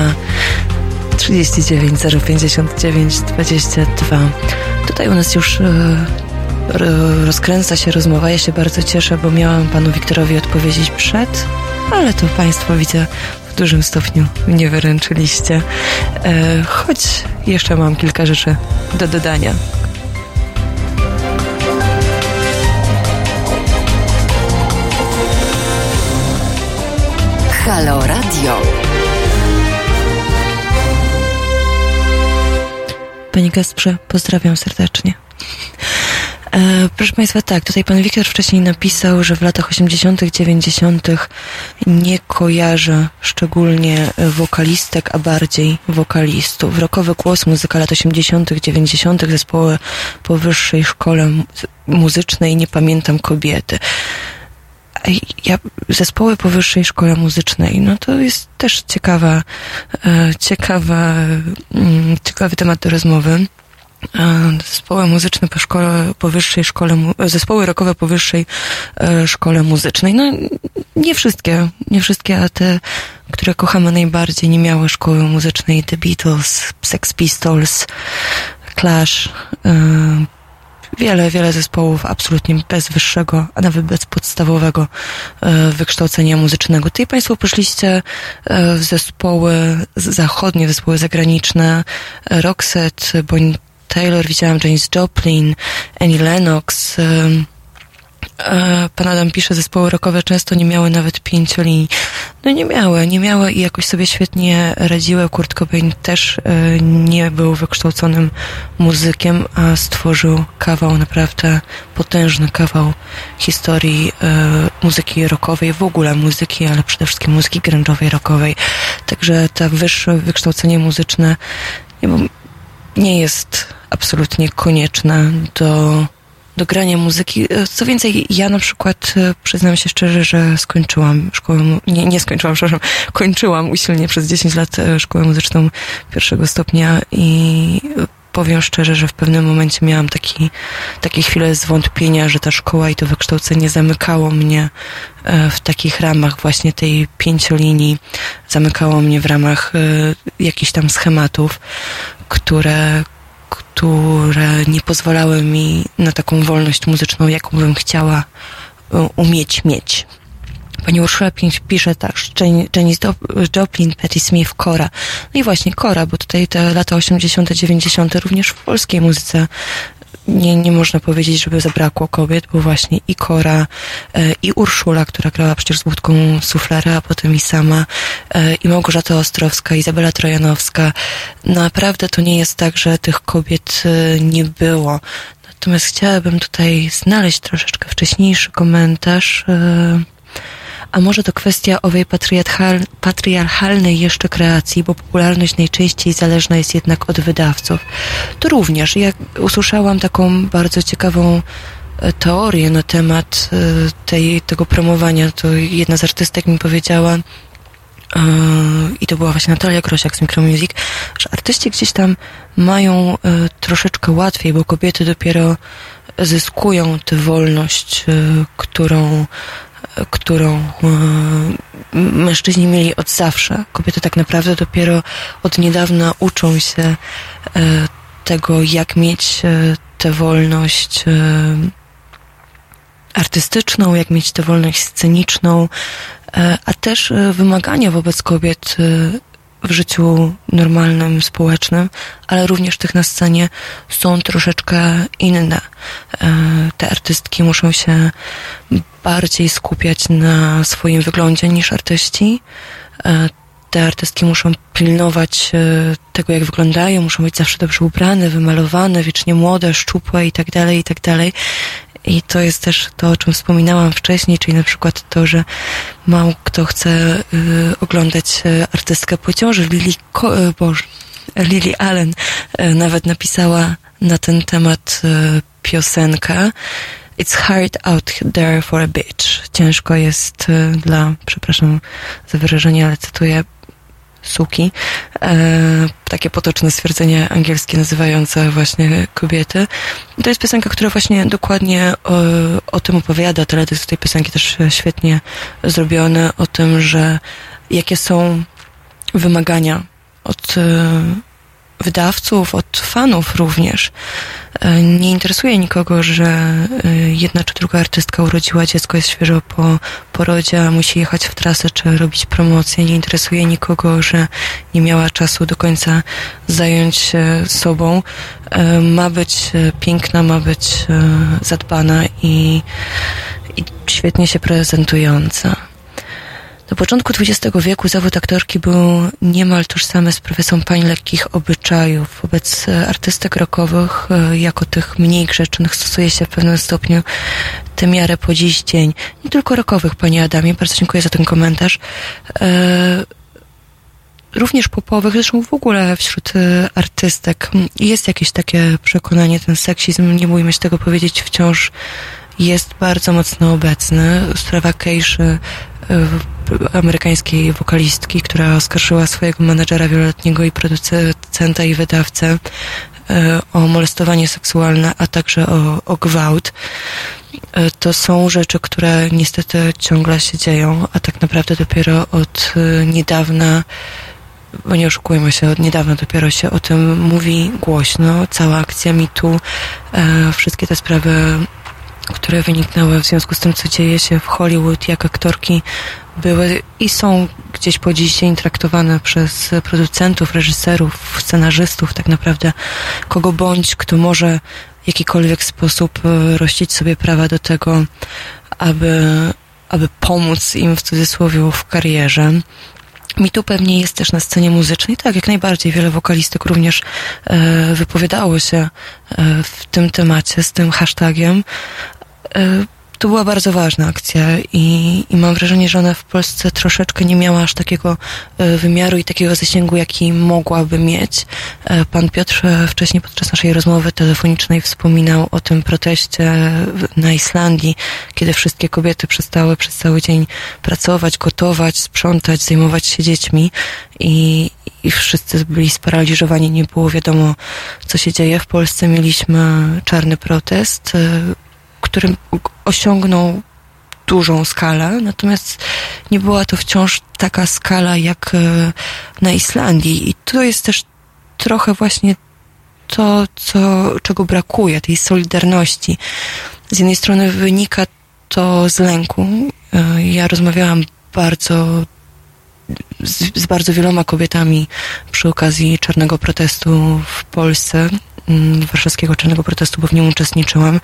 39 059 22. Tutaj u nas już rozkręca się rozmowa. Ja się bardzo cieszę, bo miałam panu Wiktorowi odpowiedzieć przed, ale to Państwo widzę w dużym stopniu nie wyręczyliście. Choć jeszcze mam kilka rzeczy do dodania. Halo Radio. Panie Kasprze, pozdrawiam serdecznie. Proszę Państwa, tak, tutaj pan Wiktor wcześniej napisał, że w latach 80., 90. nie kojarzę szczególnie wokalistek, a bardziej wokalistów. Rockowy głos, muzyka lat 80., 90., zespoły po wyższej szkole muzycznej, nie pamiętam kobiety. Zespoły po wyższej szkole muzycznej, no to jest też ciekawy temat do rozmowy. Zespoły muzyczne zespoły rockowe po wyższej szkole muzycznej. No nie wszystkie, a te, które kochamy najbardziej, nie miały szkoły muzycznej. The Beatles, Sex Pistols, Clash, wiele zespołów absolutnie bez wyższego, a nawet bez podstawowego wykształcenia muzycznego. Tutaj Państwo poszliście w zespoły zachodnie, zespoły zagraniczne, Roxette, Bonnie Taylor, widziałam Janis Joplin, Annie Lennox. Pan Adam pisze, zespoły rockowe często nie miały nawet 5 linii. No nie miały i jakoś sobie świetnie radziły. Kurt Cobain też nie był wykształconym muzykiem, a stworzył kawał, naprawdę potężny kawał historii muzyki rockowej, w ogóle muzyki, ale przede wszystkim muzyki grunge'owej, rockowej. Także to wyższe wykształcenie muzyczne nie jest absolutnie konieczne do grania muzyki. Co więcej, ja na przykład przyznam się szczerze, że skończyłam szkołę, kończyłam usilnie przez 10 lat szkołę muzyczną 1. stopnia i powiem szczerze, że w pewnym momencie miałam takie chwile zwątpienia, że ta szkoła i to wykształcenie zamykało mnie w takich ramach właśnie tej 5 linii, zamykało mnie w ramach jakichś tam schematów, które nie pozwalały mi na taką wolność muzyczną, jaką bym chciała umieć mieć. Pani Urszula pisze tak, Janis Joplin, Patti Smith, Cora. No i właśnie Cora, bo tutaj te lata 80., 90. również w polskiej muzyce nie można powiedzieć, żeby zabrakło kobiet, bo właśnie i Cora, i Urszula, która grała przecież z Budką Suflera, a potem i sama, i Małgorzata Ostrowska, Izabela Trojanowska. Naprawdę to nie jest tak, że tych kobiet nie było. Natomiast chciałabym tutaj znaleźć troszeczkę wcześniejszy komentarz. A może to kwestia owej patriarchalnej jeszcze kreacji, bo popularność najczęściej zależna jest jednak od wydawców. To również. Ja usłyszałam taką bardzo ciekawą teorię na temat tego promowania. To jedna z artystek mi powiedziała, i to była właśnie Natalia Grosiak z Micromusic, że artyści gdzieś tam mają troszeczkę łatwiej, bo kobiety dopiero zyskują tę wolność, którą mężczyźni mieli od zawsze. Kobiety tak naprawdę dopiero od niedawna uczą się tego, jak mieć tę wolność artystyczną, jak mieć tę wolność sceniczną, a też wymagania wobec kobiet w życiu normalnym, społecznym, ale również tych na scenie są troszeczkę inne. Te artystki muszą się bardziej skupiać na swoim wyglądzie niż artyści. Te artystki muszą pilnować tego, jak wyglądają, muszą być zawsze dobrze ubrane, wymalowane, wiecznie młode, szczupłe i tak dalej, i tak dalej. I to jest też to, o czym wspominałam wcześniej, czyli na przykład to, że mało kto chce oglądać artystkę po ciąży. Lily Allen nawet napisała na ten temat piosenkę It's hard out there for a bitch. Ciężko jest dla, przepraszam za wyrażenie, ale cytuję, suki. Takie potoczne stwierdzenie angielskie nazywające właśnie kobiety. To jest piosenka, która właśnie dokładnie o tym opowiada. Teledysk tej piosenki też świetnie zrobiony, o tym, że jakie są wymagania od wydawców, od fanów również. Nie interesuje nikogo, że jedna czy druga artystka urodziła dziecko, jest świeżo po porodzie, a musi jechać w trasę czy robić promocję. Nie interesuje nikogo, że nie miała czasu do końca zająć się sobą. Ma być piękna, ma być zadbana i świetnie się prezentująca. Do początku XX wieku zawód aktorki był niemal tożsamy z profesją pań lekkich obyczajów. Wobec artystek rockowych, jako tych mniej grzecznych, stosuje się w pewnym stopniu tę miarę po dziś dzień. Nie tylko rockowych, panie Adamie, bardzo dziękuję za ten komentarz. Również popowych, zresztą w ogóle wśród artystek jest jakieś takie przekonanie, ten seksizm, nie bójmy się tego powiedzieć, wciąż jest bardzo mocno obecny. Sprawa Keiszy, amerykańskiej wokalistki, która oskarżyła swojego menadżera wieloletniego i producenta i wydawcę o molestowanie seksualne, a także o gwałt. To są rzeczy, które niestety ciągle się dzieją, a tak naprawdę dopiero od niedawna, bo nie oszukujmy się, od niedawna dopiero się o tym mówi głośno. Cała akcja MeToo, wszystkie te sprawy, które wyniknęły w związku z tym, co dzieje się w Hollywood, jak aktorki były i są gdzieś po dziś dzień traktowane przez producentów, reżyserów, scenarzystów, tak naprawdę kogo bądź, kto może w jakikolwiek sposób rościć sobie prawa do tego, aby pomóc im w cudzysłowie w karierze. MeToo pewnie jest też na scenie muzycznej, tak, jak najbardziej. Wiele wokalistek również wypowiadało się w tym temacie, z tym hashtagiem. To była bardzo ważna akcja i mam wrażenie, że ona w Polsce troszeczkę nie miała aż takiego wymiaru i takiego zasięgu, jaki mogłaby mieć. Pan Piotr wcześniej podczas naszej rozmowy telefonicznej wspominał o tym proteście na Islandii, kiedy wszystkie kobiety przestały przez cały dzień pracować, gotować, sprzątać, zajmować się dziećmi i wszyscy byli sparaliżowani, nie było wiadomo, co się dzieje. W Polsce mieliśmy czarny protest, który osiągnął dużą skalę, natomiast nie była to wciąż taka skala jak na Islandii i to jest też trochę właśnie to, czego brakuje, tej solidarności. Z jednej strony wynika to z lęku. Ja rozmawiałam z bardzo wieloma kobietami przy okazji czarnego protestu w Polsce, warszawskiego czarnego protestu, bo w nim uczestniczyłam,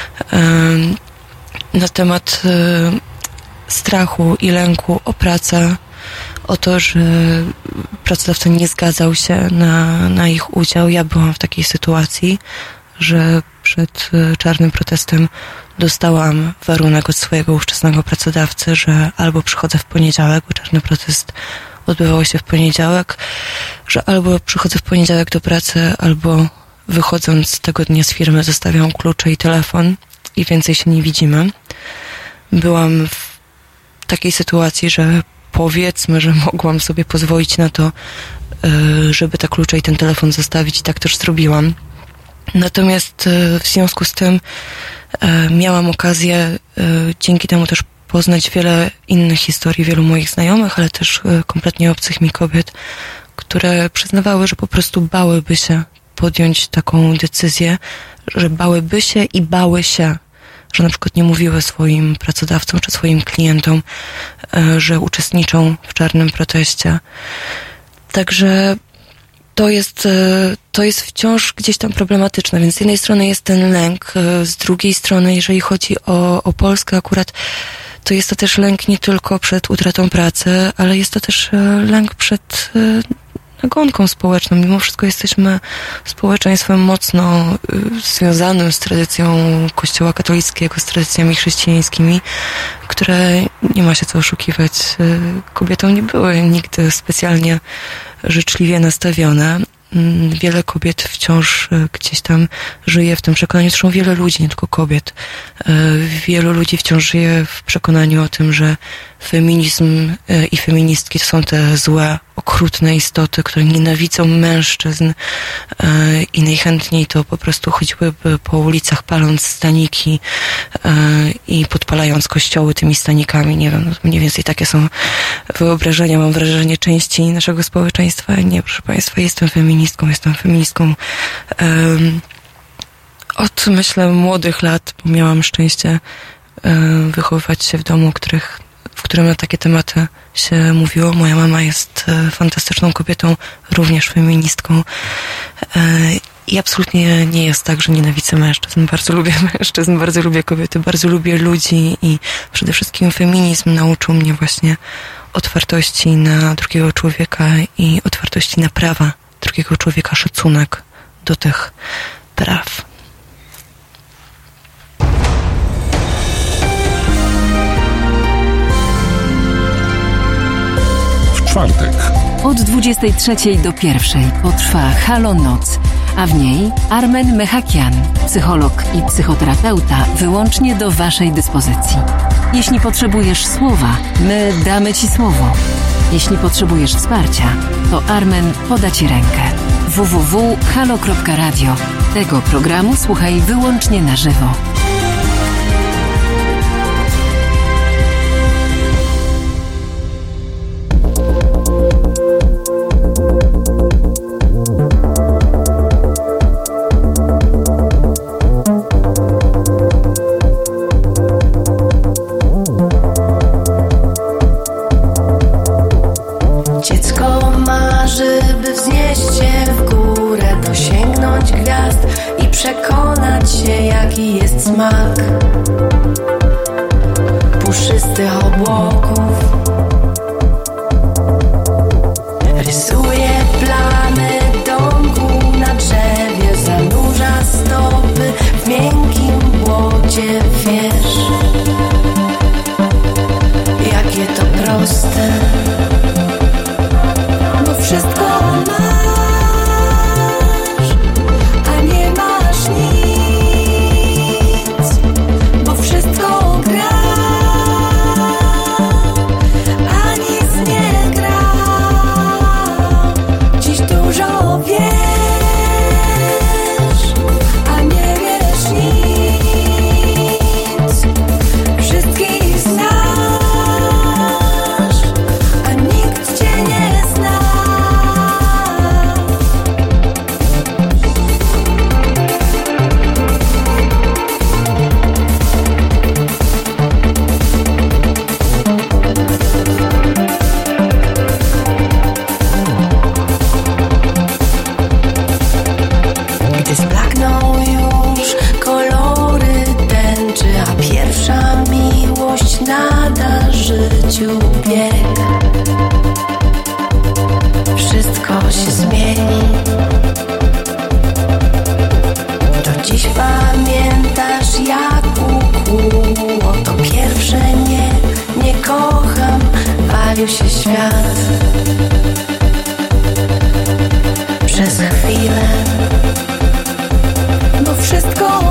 na temat strachu i lęku o pracę, o to, że pracodawca nie zgadzał się na ich udział. Ja byłam w takiej sytuacji, że przed czarnym protestem dostałam warunek od swojego ówczesnego pracodawcy, że albo przychodzę w poniedziałek, bo czarny protest odbywał się w poniedziałek, że albo przychodzę w poniedziałek do pracy, albo wychodząc z tego dnia z firmy zostawiam klucze i telefon i więcej się nie widzimy. Byłam w takiej sytuacji, że powiedzmy, że mogłam sobie pozwolić na to, żeby te klucze i ten telefon zostawić i tak też zrobiłam. Natomiast w związku z tym miałam okazję dzięki temu też poznać wiele innych historii, wielu moich znajomych, ale też kompletnie obcych mi kobiet, które przyznawały, że po prostu bałyby się podjąć taką decyzję, że bałyby się i bały się, że na przykład nie mówiły swoim pracodawcom czy swoim klientom, że uczestniczą w czarnym proteście. Także to jest wciąż gdzieś tam problematyczne, więc z jednej strony jest ten lęk, z drugiej strony, jeżeli chodzi o Polskę akurat, to jest to też lęk nie tylko przed utratą pracy, ale jest to też lęk przed nagonką społeczną. Mimo wszystko jesteśmy społeczeństwem mocno związanym z tradycją Kościoła katolickiego, z tradycjami chrześcijańskimi, które, nie ma się co oszukiwać, kobietom nie były nigdy specjalnie życzliwie nastawione. wiele kobiet wciąż gdzieś tam żyje w tym przekonaniu, zresztą wiele ludzi, nie tylko kobiet, wielu ludzi wciąż żyje w przekonaniu o tym, że feminizm i feministki to są te złe, okrutne istoty, które nienawidzą mężczyzn i najchętniej to po prostu chodziłyby po ulicach paląc staniki i podpalając kościoły tymi stanikami. Nie wiem, mniej więcej takie są wyobrażenia, mam wrażenie, części naszego społeczeństwa. Nie, proszę Państwa, jestem feministką od, myślę, młodych lat, bo miałam szczęście wychowywać się w domu, w którym na takie tematy się mówiło. Moja mama jest fantastyczną kobietą, również feministką. I absolutnie nie jest tak, że nienawidzę mężczyzn. Bardzo lubię mężczyzn, bardzo lubię kobiety, bardzo lubię ludzi i przede wszystkim feminizm nauczył mnie właśnie otwartości na drugiego człowieka i otwartości na prawa drugiego człowieka, szacunek do tych praw. W czwartek od 23 do 1 potrwa Halo Noc, a w niej Armen Mechakian, psycholog i psychoterapeuta, wyłącznie do Waszej dyspozycji. Jeśli potrzebujesz słowa, my damy Ci słowo. Jeśli potrzebujesz wsparcia, to Armen poda Ci rękę. www.halo.radio. Tego programu słuchaj wyłącznie na żywo. By wznieść się w górę, dosięgnąć gwiazd i przekonać się, jaki jest smak puszystych obłoków. Rysuje plany domku na drzewie, zanurza stopy w miękkim błocie. Wiesz, jakie to proste, bo wszystko masz, a nie masz nic, bo wszystko gra, a nic nie gra. Dziś dużo wiesz, a nie wiesz nic. Wszystkich znasz, a nikt cię nie zna. Gdy zblakną już kolory tęczy, a pierwsza miłość nada życiu bieg, wszystko się zmieni. Do dziś pamiętasz, jak ukłuło to pierwsze nie kocham, walił się świat przez chwilę, bo wszystko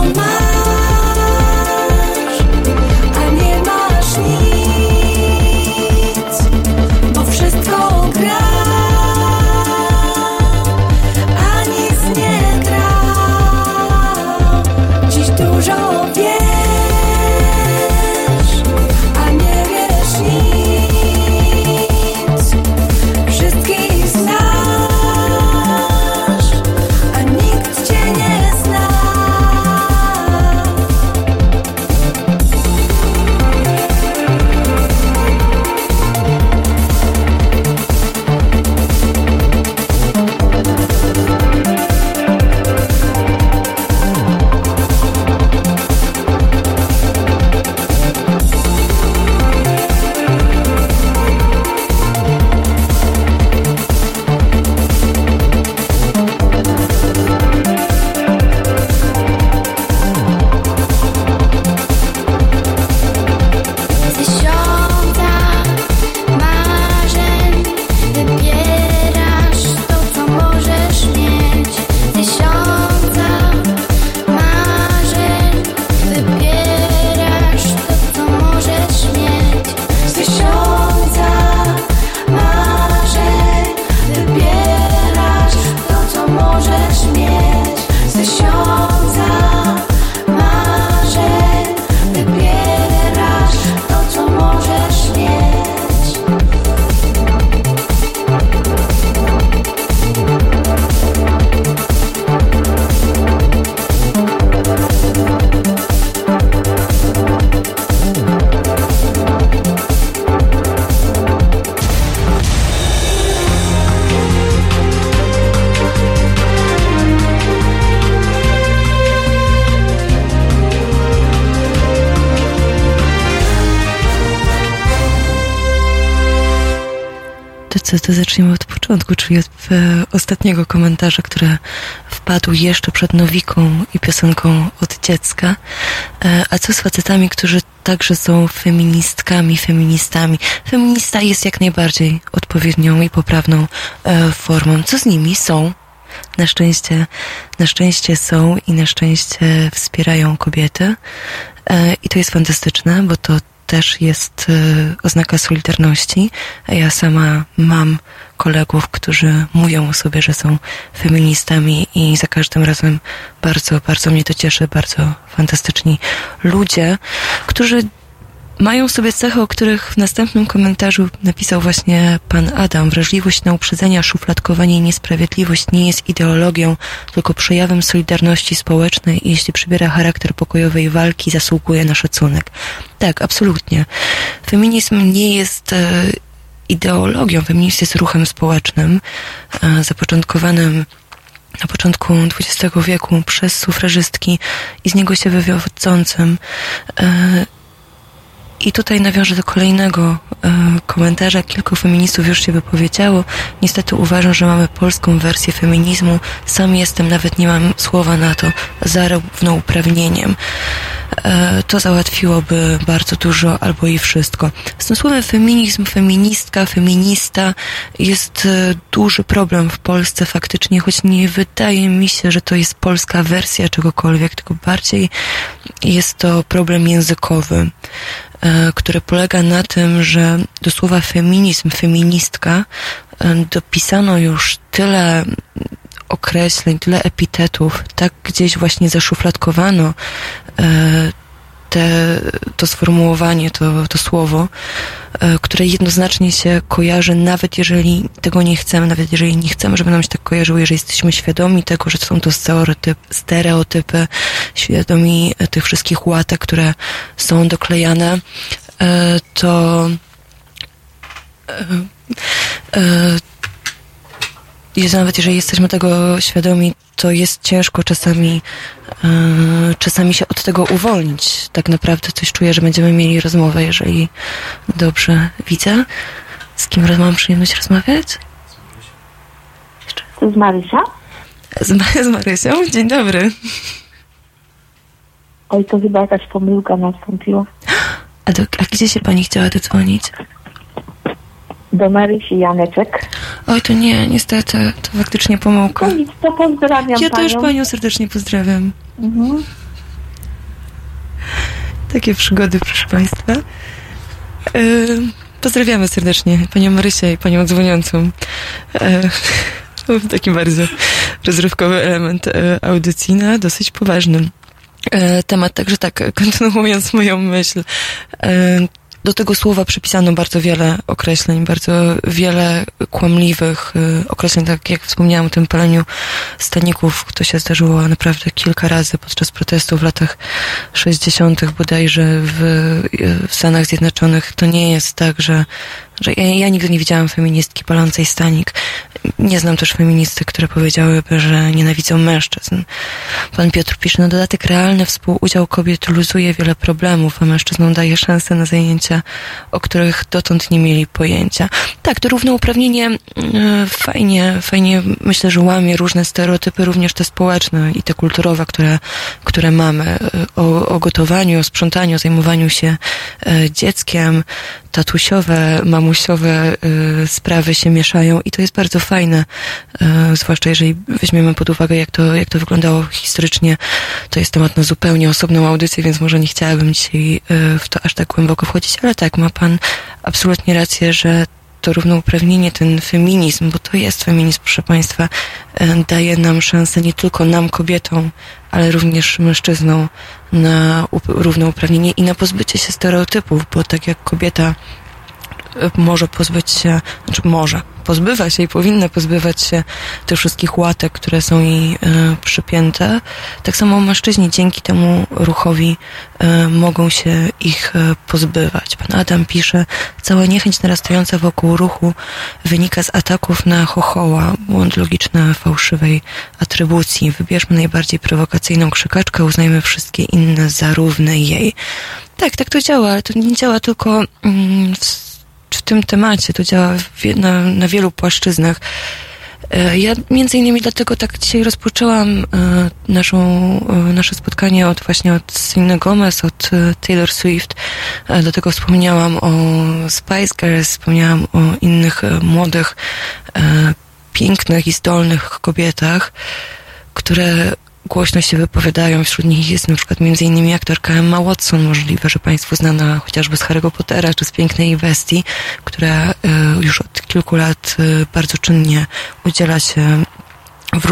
masz, a nie masz nic, to zaczniemy od początku, czyli od ostatniego komentarza, który wpadł jeszcze przed Nowiką i piosenką Od dziecka. A co z facetami, którzy także są feministkami, feministami? Feminista jest jak najbardziej odpowiednią i poprawną formą. Co z nimi? Są. Na szczęście są i na szczęście wspierają kobiety. I to jest fantastyczne, bo to też jest oznaka solidarności. Ja sama mam kolegów, którzy mówią o sobie, że są feministami i za każdym razem bardzo, bardzo mnie to cieszy, bardzo fantastyczni ludzie, którzy mają sobie cechy, o których w następnym komentarzu napisał właśnie pan Adam. Wrażliwość na uprzedzenia, szufladkowanie i niesprawiedliwość nie jest ideologią, tylko przejawem solidarności społecznej i jeśli przybiera charakter pokojowej walki, zasługuje na szacunek. Tak, absolutnie. Feminizm nie jest ideologią, feminizm jest ruchem społecznym, zapoczątkowanym na początku XX wieku przez sufrażystki i z niego się wywodzącym. I tutaj nawiążę do kolejnego komentarza. Kilku feministów już się wypowiedziało. Niestety uważam, że mamy polską wersję feminizmu. Sam jestem, nawet nie mam słowa na to, za równouprawnieniem. To załatwiłoby bardzo dużo albo i wszystko. Z tym słowem feminizm, feministka, feminista jest duży problem w Polsce faktycznie, choć nie wydaje mi się, że to jest polska wersja czegokolwiek, tylko bardziej jest to problem językowy, który polega na tym, że do słowa feminizm, feministka dopisano już tyle określeń, tyle epitetów, tak gdzieś właśnie zaszufladkowano to sformułowanie, to słowo, które jednoznacznie się kojarzy, nawet jeżeli tego nie chcemy, nawet jeżeli nie chcemy, żeby nam się tak kojarzyło, jeżeli jesteśmy świadomi tego, że są to stereotypy, świadomi tych wszystkich łatek, które są doklejane, to nawet jeżeli jesteśmy tego świadomi, to jest ciężko czasami się od tego uwolnić. Tak naprawdę coś czuję, że będziemy mieli rozmowę, jeżeli dobrze widzę. Z kim mam przyjemność rozmawiać? Z Marysia? Z Marysią? Dzień dobry. Oj, to chyba jakaś pomyłka nastąpiła. A gdzie się pani chciała dodzwonić? Do Marysi Janeczek. Oj, to nie, niestety, to faktycznie pomyłka. No nic, to pozdrawiam ja panią. też panią serdecznie pozdrawiam. Mhm. Takie przygody, proszę państwa. Pozdrawiamy serdecznie panią Marysię i panią dzwoniącą. Taki bardzo rozrywkowy element audycji na dosyć poważny temat. Także tak, kontynuując moją myśl, do tego słowa przypisano bardzo wiele określeń, bardzo wiele kłamliwych określeń, tak jak wspomniałam o tym paleniu staników. To się zdarzyło naprawdę kilka razy podczas protestów w latach 60. bodajże w Stanach Zjednoczonych. To nie jest tak, że ja nigdy nie widziałam feministki palącej stanik. Nie znam też feministek, które powiedziałyby, że nienawidzą mężczyzn. Pan Piotr pisze, na dodatek realny współudział kobiet luzuje wiele problemów, a mężczyznom daje szansę na zajęcia, o których dotąd nie mieli pojęcia. Tak, to równouprawnienie fajnie myślę, że łamie różne stereotypy, również te społeczne i te kulturowe, które mamy. O gotowaniu, o sprzątaniu, o zajmowaniu się dzieckiem. Tatusiowe, mamusiowe sprawy się mieszają i to jest bardzo fajne, zwłaszcza jeżeli weźmiemy pod uwagę, jak to wyglądało historycznie. To jest temat na zupełnie osobną audycję, więc może nie chciałabym dzisiaj w to aż tak głęboko wchodzić, ale tak, ma pan absolutnie rację, że to równouprawnienie, ten feminizm, bo to jest feminizm, proszę państwa, daje nam szansę, nie tylko nam, kobietom, ale również mężczyznom, na równouprawnienie i na pozbycie się stereotypów, bo tak jak kobieta może pozbyć się, pozbywa się i powinna pozbywać się tych wszystkich łatek, które są jej przypięte. Tak samo mężczyźni dzięki temu ruchowi mogą się ich pozbywać. Pan Adam pisze, cała niechęć narastająca wokół ruchu wynika z ataków na chochoła, błąd logiczny fałszywej atrybucji. Wybierzmy najbardziej prowokacyjną krzykaczkę, uznajmy wszystkie inne za równe jej. Tak to działa, ale to nie działa tylko w tym temacie, to działa na wielu płaszczyznach. Ja między innymi dlatego tak dzisiaj rozpoczęłam nasze spotkanie od Selena Gomez, od Taylor Swift. Dlatego wspomniałam o Spice Girls, wspomniałam o innych młodych, pięknych i zdolnych kobietach, które głośno się wypowiadają. Wśród nich jest na przykład między innymi aktorka Emma Watson, możliwe, że Państwu znana chociażby z Harry'ego Pottera czy z Pięknej Bestii, która już od kilku lat bardzo czynnie udziela się w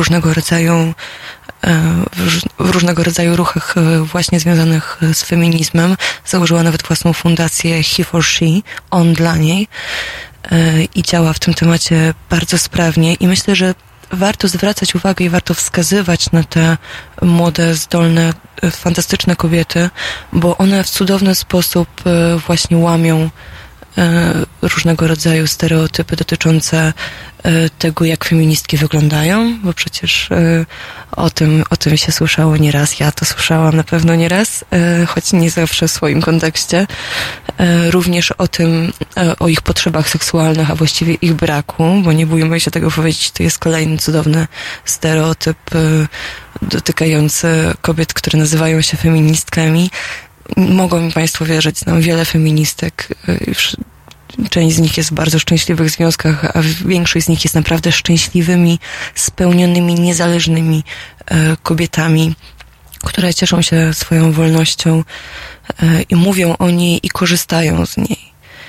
różnego rodzaju ruchach właśnie związanych z feminizmem. Założyła nawet własną fundację He for She, on dla niej, i działa w tym temacie bardzo sprawnie i myślę, że warto zwracać uwagę i warto wskazywać na te młode, zdolne, fantastyczne kobiety, bo one w cudowny sposób właśnie łamią różnego rodzaju stereotypy dotyczące tego, jak feministki wyglądają, bo przecież o tym się słyszało nieraz. Ja to słyszałam na pewno nieraz, choć nie zawsze w swoim kontekście. Również o ich potrzebach seksualnych, a właściwie ich braku, bo nie bójmy się tego powiedzieć, to jest kolejny cudowny stereotyp dotykający kobiet, które nazywają się feministkami. Mogą mi Państwo wierzyć, znam wiele feministek. Część z nich jest w bardzo szczęśliwych związkach, a większość z nich jest naprawdę szczęśliwymi, spełnionymi, niezależnymi kobietami, które cieszą się swoją wolnością i mówią o niej i korzystają z niej.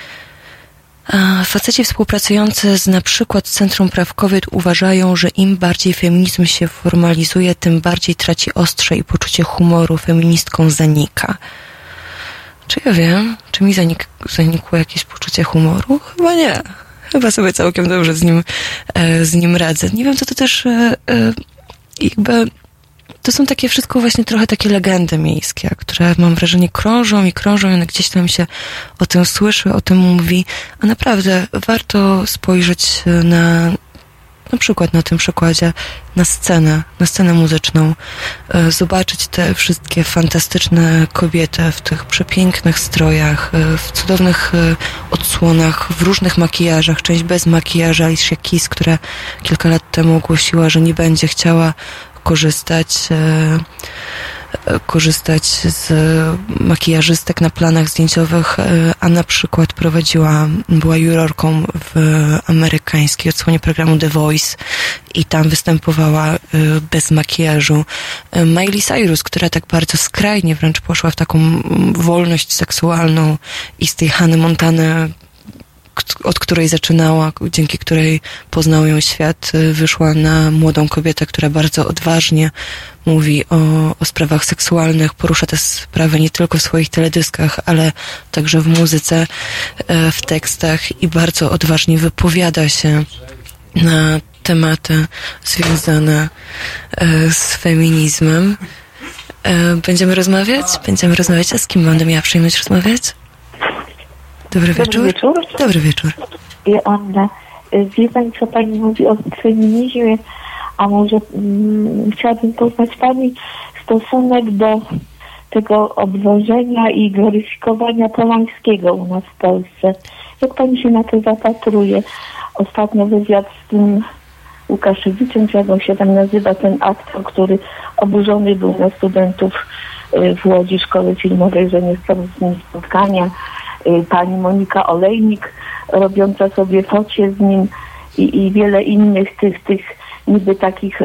A faceci współpracujący z na przykład Centrum Praw Kobiet uważają, że im bardziej feminizm się formalizuje, tym bardziej traci ostrze i poczucie humoru feministką zanika. Czy ja wiem? Czy mi zanikło jakieś poczucie humoru? Chyba nie. Chyba sobie całkiem dobrze z nim radzę. Nie wiem, co to też jakby... To są takie wszystko właśnie trochę takie legendy miejskie, które mam wrażenie krążą i one gdzieś tam się o tym słyszy, o tym mówi, a naprawdę warto spojrzeć na przykład na tym przykładzie na scenę muzyczną, zobaczyć te wszystkie fantastyczne kobiety w tych przepięknych strojach, w cudownych odsłonach, w różnych makijażach, część bez makijaża. Alicia Keys, która kilka lat temu ogłosiła, że nie będzie chciała korzystać z makijażystek na planach zdjęciowych, a na przykład była jurorką w amerykańskiej odsłonie programu The Voice i tam występowała bez makijażu. Miley Cyrus, która tak bardzo skrajnie wręcz poszła w taką wolność seksualną i z tej Hannah Montany, od której zaczynała, dzięki której poznał ją świat, wyszła na młodą kobietę, która bardzo odważnie mówi o sprawach seksualnych, porusza te sprawy nie tylko w swoich teledyskach, ale także w muzyce, w tekstach i bardzo odważnie wypowiada się na tematy związane z feminizmem. Będziemy rozmawiać? A z kim będę miała przyjemność rozmawiać? Dobry wieczór. Dobry wieczór. Joanna, wie Pani, co Pani mówi o feminizmie, a może chciałabym poznać Pani stosunek do tego obwożenia i gloryfikowania Polańskiego u nas w Polsce. Jak Pani się na to zapatruje? Ostatnio wywiad z tym Łukaszewiczem, czy jak on się tam nazywa, ten aktor, który oburzony był na studentów w Łodzi Szkoły Filmowej, że nie chcą z nim spotkania. Pani Monika Olejnik robiąca sobie focie z nim i wiele innych tych niby takich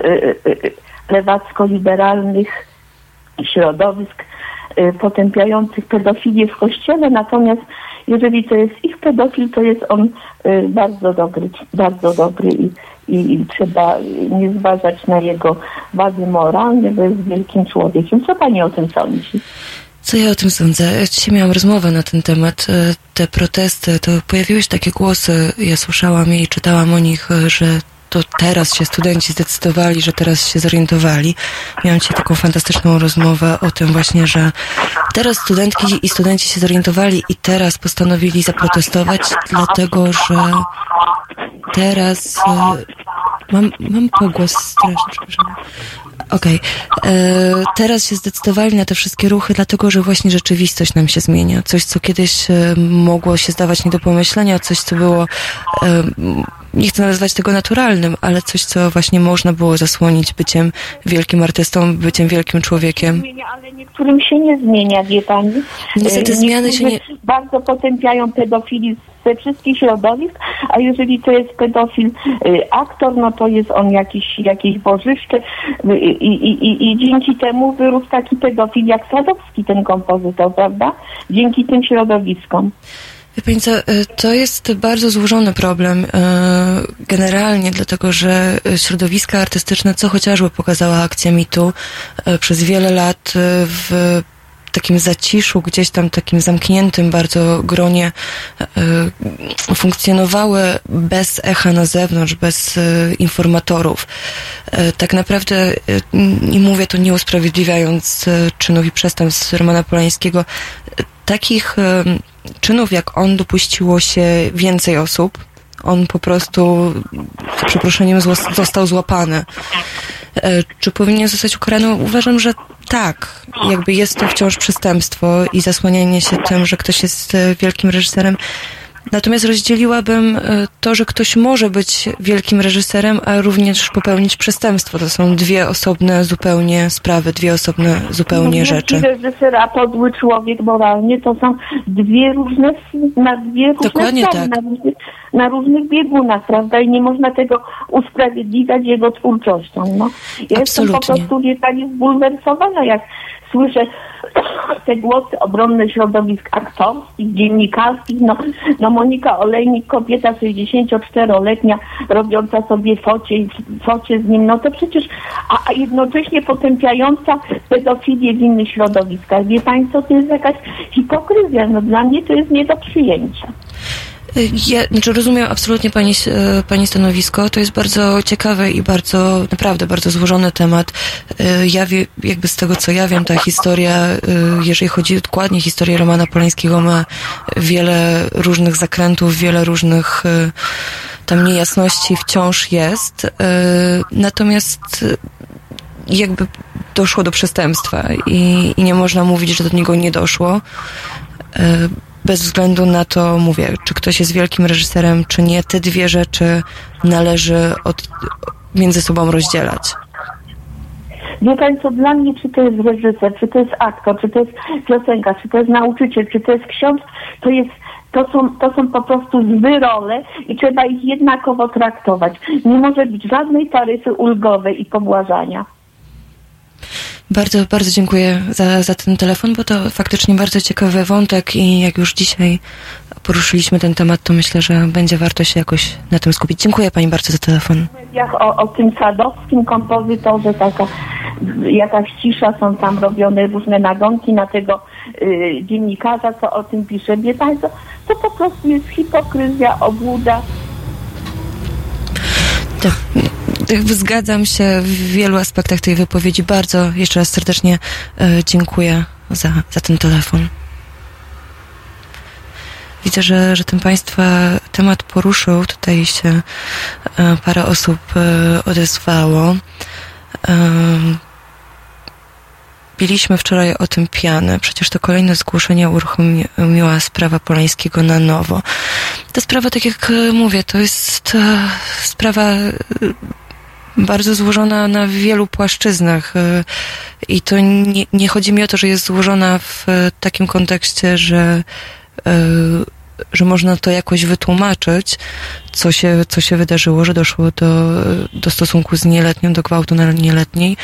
lewacko-liberalnych środowisk potępiających pedofilię w Kościele, natomiast jeżeli to jest ich pedofil, to jest on bardzo dobry i trzeba nie zważać na jego wady moralne, bo jest wielkim człowiekiem. Co Pani o tym sądzi? Co ja o tym sądzę? Dzisiaj miałam rozmowę na ten temat. Te protesty, to pojawiły się takie głosy, ja słyszałam je i czytałam o nich, że to teraz się studenci zdecydowali, że teraz się zorientowali. Miałam dzisiaj taką fantastyczną rozmowę o tym właśnie, że teraz studentki i studenci się zorientowali i teraz postanowili zaprotestować, dlatego że teraz mam pogłos straszny, przepraszam. Okej. Teraz się zdecydowali na te wszystkie ruchy, dlatego że właśnie rzeczywistość nam się zmienia. Coś, co kiedyś mogło się zdawać nie do pomyślenia, coś, co było, nie chcę nazwać tego naturalnym, ale coś, co właśnie można było zasłonić byciem wielkim artystą, byciem wielkim człowiekiem. Ale niektórym się nie zmienia, wie pani. Niestety zmiany się nie... Bardzo potępiają pedofili ze wszystkich środowisk, a jeżeli to jest pedofil aktor, no to jest on jakieś bożyszcze i dzięki temu wyrósł taki pedofil jak Sadowski, ten kompozytor, prawda? Dzięki tym środowiskom. Wie pani co, to jest bardzo złożony problem generalnie, dlatego że środowiska artystyczne, co chociażby pokazała akcja MeToo, przez wiele lat w takim zaciszu, gdzieś tam takim zamkniętym bardzo gronie funkcjonowały bez echa na zewnątrz, bez informatorów. Tak naprawdę, i mówię to nie usprawiedliwiając czynów i przestępstw Romana Polańskiego, takich czynów jak on dopuściło się więcej osób. On po prostu, z przeproszeniem, został złapany. Czy powinien zostać ukarany? Uważam, że tak. Jakby jest to wciąż przestępstwo i zasłanianie się tym, że ktoś jest wielkim reżyserem. Natomiast rozdzieliłabym to, że ktoś może być wielkim reżyserem, a również popełnić przestępstwo. To są dwie osobne zupełnie sprawy, dwie osobne zupełnie rzeczy. Reżyser, a to zły człowiek moralnie, to są dwie różne Dokładnie sprawy, tak. Na różnych biegunach, prawda? I nie można tego usprawiedliwiać jego twórczością. No. Ja jestem po prostu zbulwersowana, jak słyszę te głosy obronne środowisk aktorskich, dziennikarskich. No Monika Olejnik, kobieta 64-letnia, robiąca sobie focie z nim, no to przecież, a jednocześnie potępiająca pedofilię w innych środowiskach. Wie państwo, to jest jakaś hipokryzja. No dla mnie to jest nie do przyjęcia. Rozumiem absolutnie pani stanowisko. To jest bardzo ciekawy i naprawdę bardzo złożony temat. Jakby z tego, co ja wiem, ta historia, jeżeli chodzi dokładnie o historię Romana Polańskiego, ma wiele różnych zakrętów, wiele różnych tam niejasności wciąż jest. Natomiast jakby doszło do przestępstwa i nie można mówić, że do niego nie doszło. Bez względu na to, mówię, czy ktoś jest wielkim reżyserem, czy nie, te dwie rzeczy należy między sobą rozdzielać. Wie państwo, dla mnie, czy to jest reżyser, czy to jest aktor, czy to jest piosenkarz, czy to jest nauczyciel, czy to jest ksiądz, to są po prostu złe role i trzeba ich jednakowo traktować. Nie może być żadnej taryfy ulgowej i pobłażania. Bardzo, bardzo dziękuję za ten telefon, bo to faktycznie bardzo ciekawy wątek i jak już dzisiaj poruszyliśmy ten temat, to myślę, że będzie warto się jakoś na tym skupić. Dziękuję pani bardzo za telefon. O tym sadowskim kompozytorze, jakaś cisza, są tam robione różne nagonki na tego dziennikarza, co o tym pisze. Wie państwo, to po prostu jest hipokryzja, obłuda. Tak. Zgadzam się w wielu aspektach tej wypowiedzi. Bardzo jeszcze raz serdecznie dziękuję za ten telefon. Widzę, że ten państwa temat poruszył. Tutaj się parę osób odezwało. Biliśmy wczoraj o tym pianę. Przecież to kolejne zgłoszenie uruchomiła sprawa Polańskiego na nowo. Ta sprawa, tak jak mówię, to jest sprawa bardzo złożona na wielu płaszczyznach i to nie chodzi mi o to, że jest złożona w takim kontekście, że można to jakoś wytłumaczyć, co się wydarzyło, że doszło do stosunku z nieletnią, do gwałtu na nieletniej.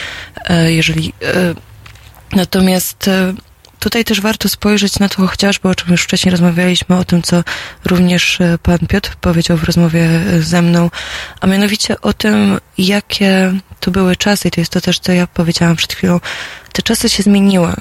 Natomiast tutaj też warto spojrzeć na to chociażby, o czym już wcześniej rozmawialiśmy, o tym, co również pan Piotr powiedział w rozmowie ze mną, a mianowicie o tym, jakie to były czasy, i to jest to też, co ja powiedziałam przed chwilą. Te czasy się zmieniły.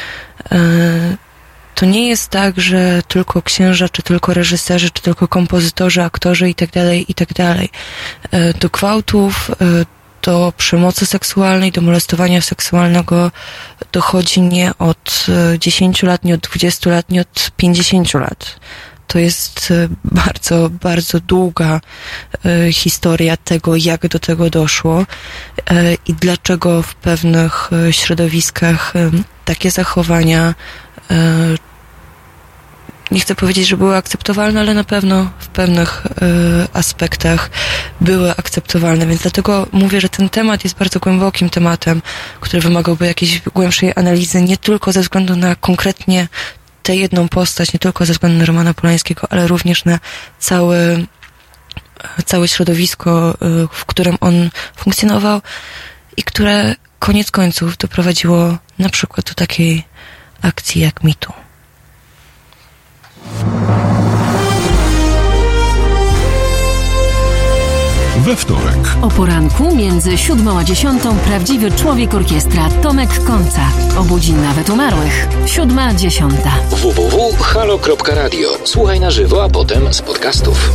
To nie jest tak, że tylko księża, czy tylko reżyserzy, czy tylko kompozytorzy, aktorzy i tak dalej. Do gwałtów, do przemocy seksualnej, do molestowania seksualnego dochodzi nie od 10 lat, nie od 20 lat, nie od 50 lat. to jest bardzo, bardzo długa historia tego, jak do tego doszło i dlaczego w pewnych środowiskach takie zachowania, nie chcę powiedzieć, że były akceptowalne, ale na pewno w pewnych aspektach były akceptowalne, więc dlatego mówię, że ten temat jest bardzo głębokim tematem, który wymagałby jakiejś głębszej analizy, nie tylko ze względu na konkretnie tę jedną postać, nie tylko ze względu na Romana Polańskiego, ale również na całe środowisko, w którym on funkcjonował i które koniec końców doprowadziło na przykład do takiej akcji jak Me Too. We wtorek. O poranku między 7 a 10 prawdziwy człowiek orkiestra Tomek Końca. Obudzi nawet umarłych. 7:10. www.halo.radio. Słuchaj na żywo, a potem z podcastów.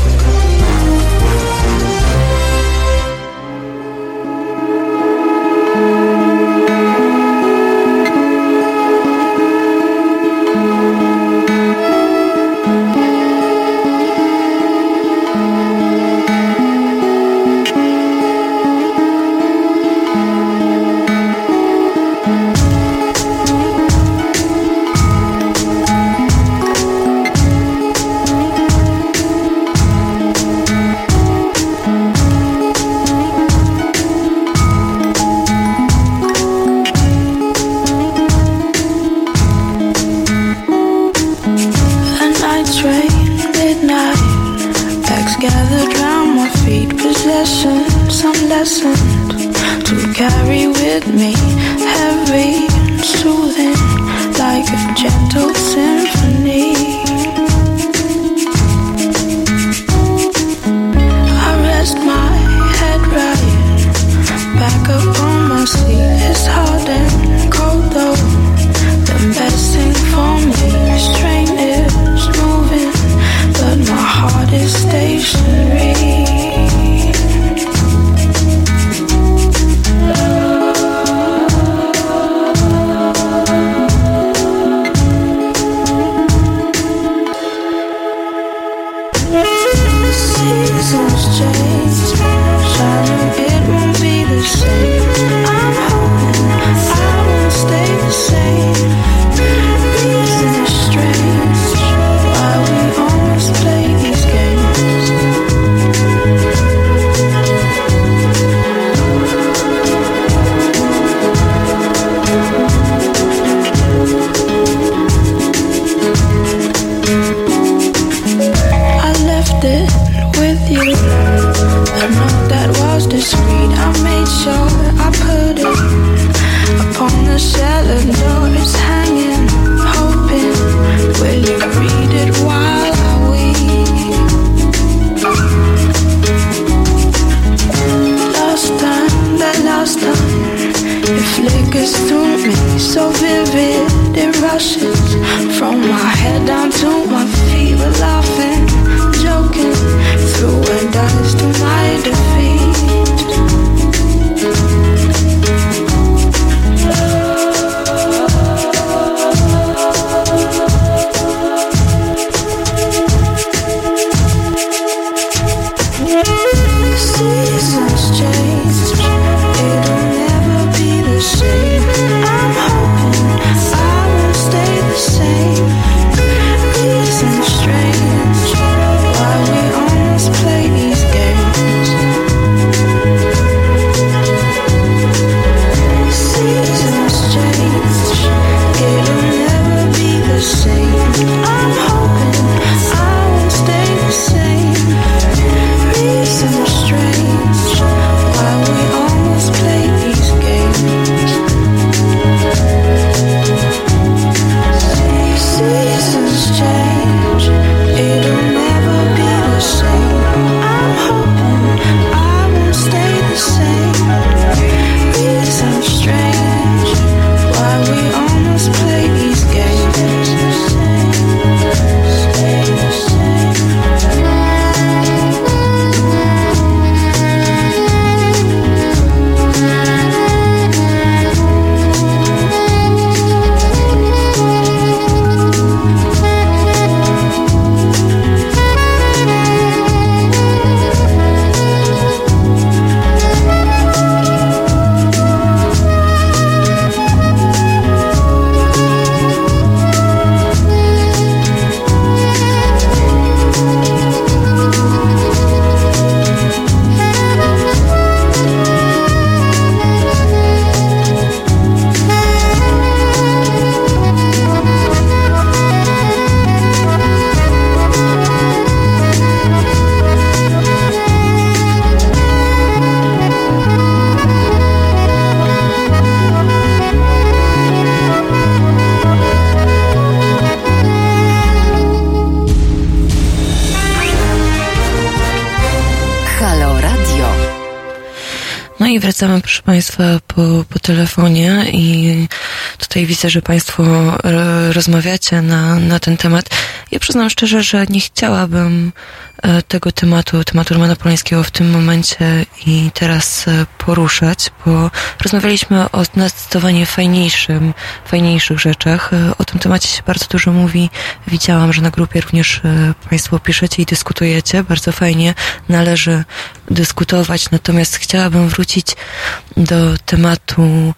No i wracamy, proszę Państwa, po telefonie i tutaj widzę, że Państwo rozmawiacie na ten temat. Ja przyznam szczerze, że nie chciałabym tego tematu Romana Polańskiego w tym momencie i teraz poruszać, bo rozmawialiśmy o zdecydowanie fajniejszych rzeczach. O tym temacie się bardzo dużo mówi. Widziałam, że na grupie również Państwo piszecie i dyskutujecie. Bardzo fajnie, należy dyskutować, natomiast chciałabym wrócić do tematu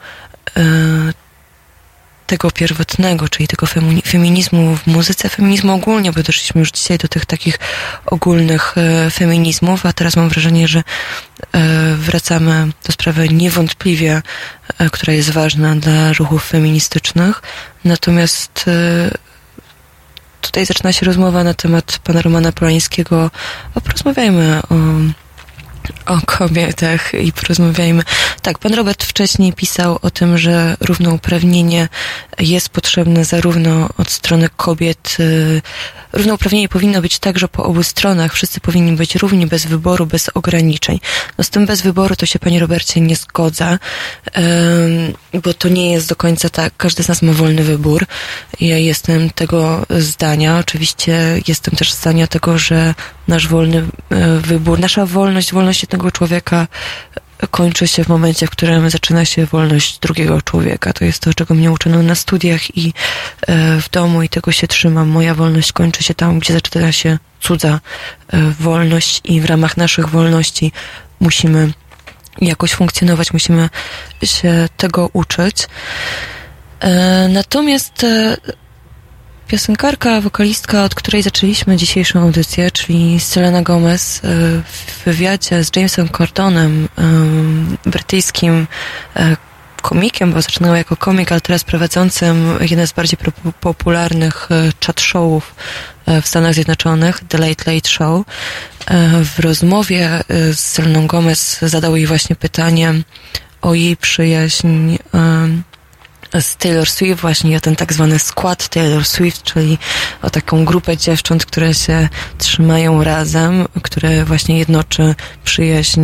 tego pierwotnego, czyli tego feminizmu w muzyce, feminizmu ogólnie, bo doszliśmy już dzisiaj do tych takich ogólnych feminizmów, a teraz mam wrażenie, że wracamy do sprawy niewątpliwie, która jest ważna dla ruchów feministycznych. Natomiast tutaj zaczyna się rozmowa na temat pana Romana Polańskiego. Porozmawiajmy o kobietach i porozmawiajmy. Tak, pan Robert wcześniej pisał o tym, że równouprawnienie jest potrzebne zarówno od strony kobiet. Równouprawnienie powinno być także po obu stronach. Wszyscy powinni być równi, bez wyboru, bez ograniczeń. No z tym bez wyboru to się, panie Robercie, nie zgodza, bo to nie jest do końca tak. Każdy z nas ma wolny wybór. Ja jestem tego zdania. Oczywiście jestem też zdania tego, że nasz wolny wybór, nasza wolność jednego człowieka kończy się w momencie, w którym zaczyna się wolność drugiego człowieka. To jest to, czego mnie uczono na studiach i w domu i tego się trzymam. Moja wolność kończy się tam, gdzie zaczyna się cudza wolność i w ramach naszych wolności musimy jakoś funkcjonować, musimy się tego uczyć. Natomiast piosenkarka, wokalistka, od której zaczęliśmy dzisiejszą audycję, czyli Selena Gomez, w wywiadzie z Jamesem Cordonem, brytyjskim komikiem, bo zaczynała jako komik, ale teraz prowadzącym jeden z bardziej popularnych chat showów w Stanach Zjednoczonych, The Late Late Show. W rozmowie z Seleną Gomez zadał jej właśnie pytanie o jej przyjaźń z Taylor Swift, właśnie o ten tak zwany skład Taylor Swift, czyli o taką grupę dziewcząt, które się trzymają razem, które właśnie jednoczy przyjaźń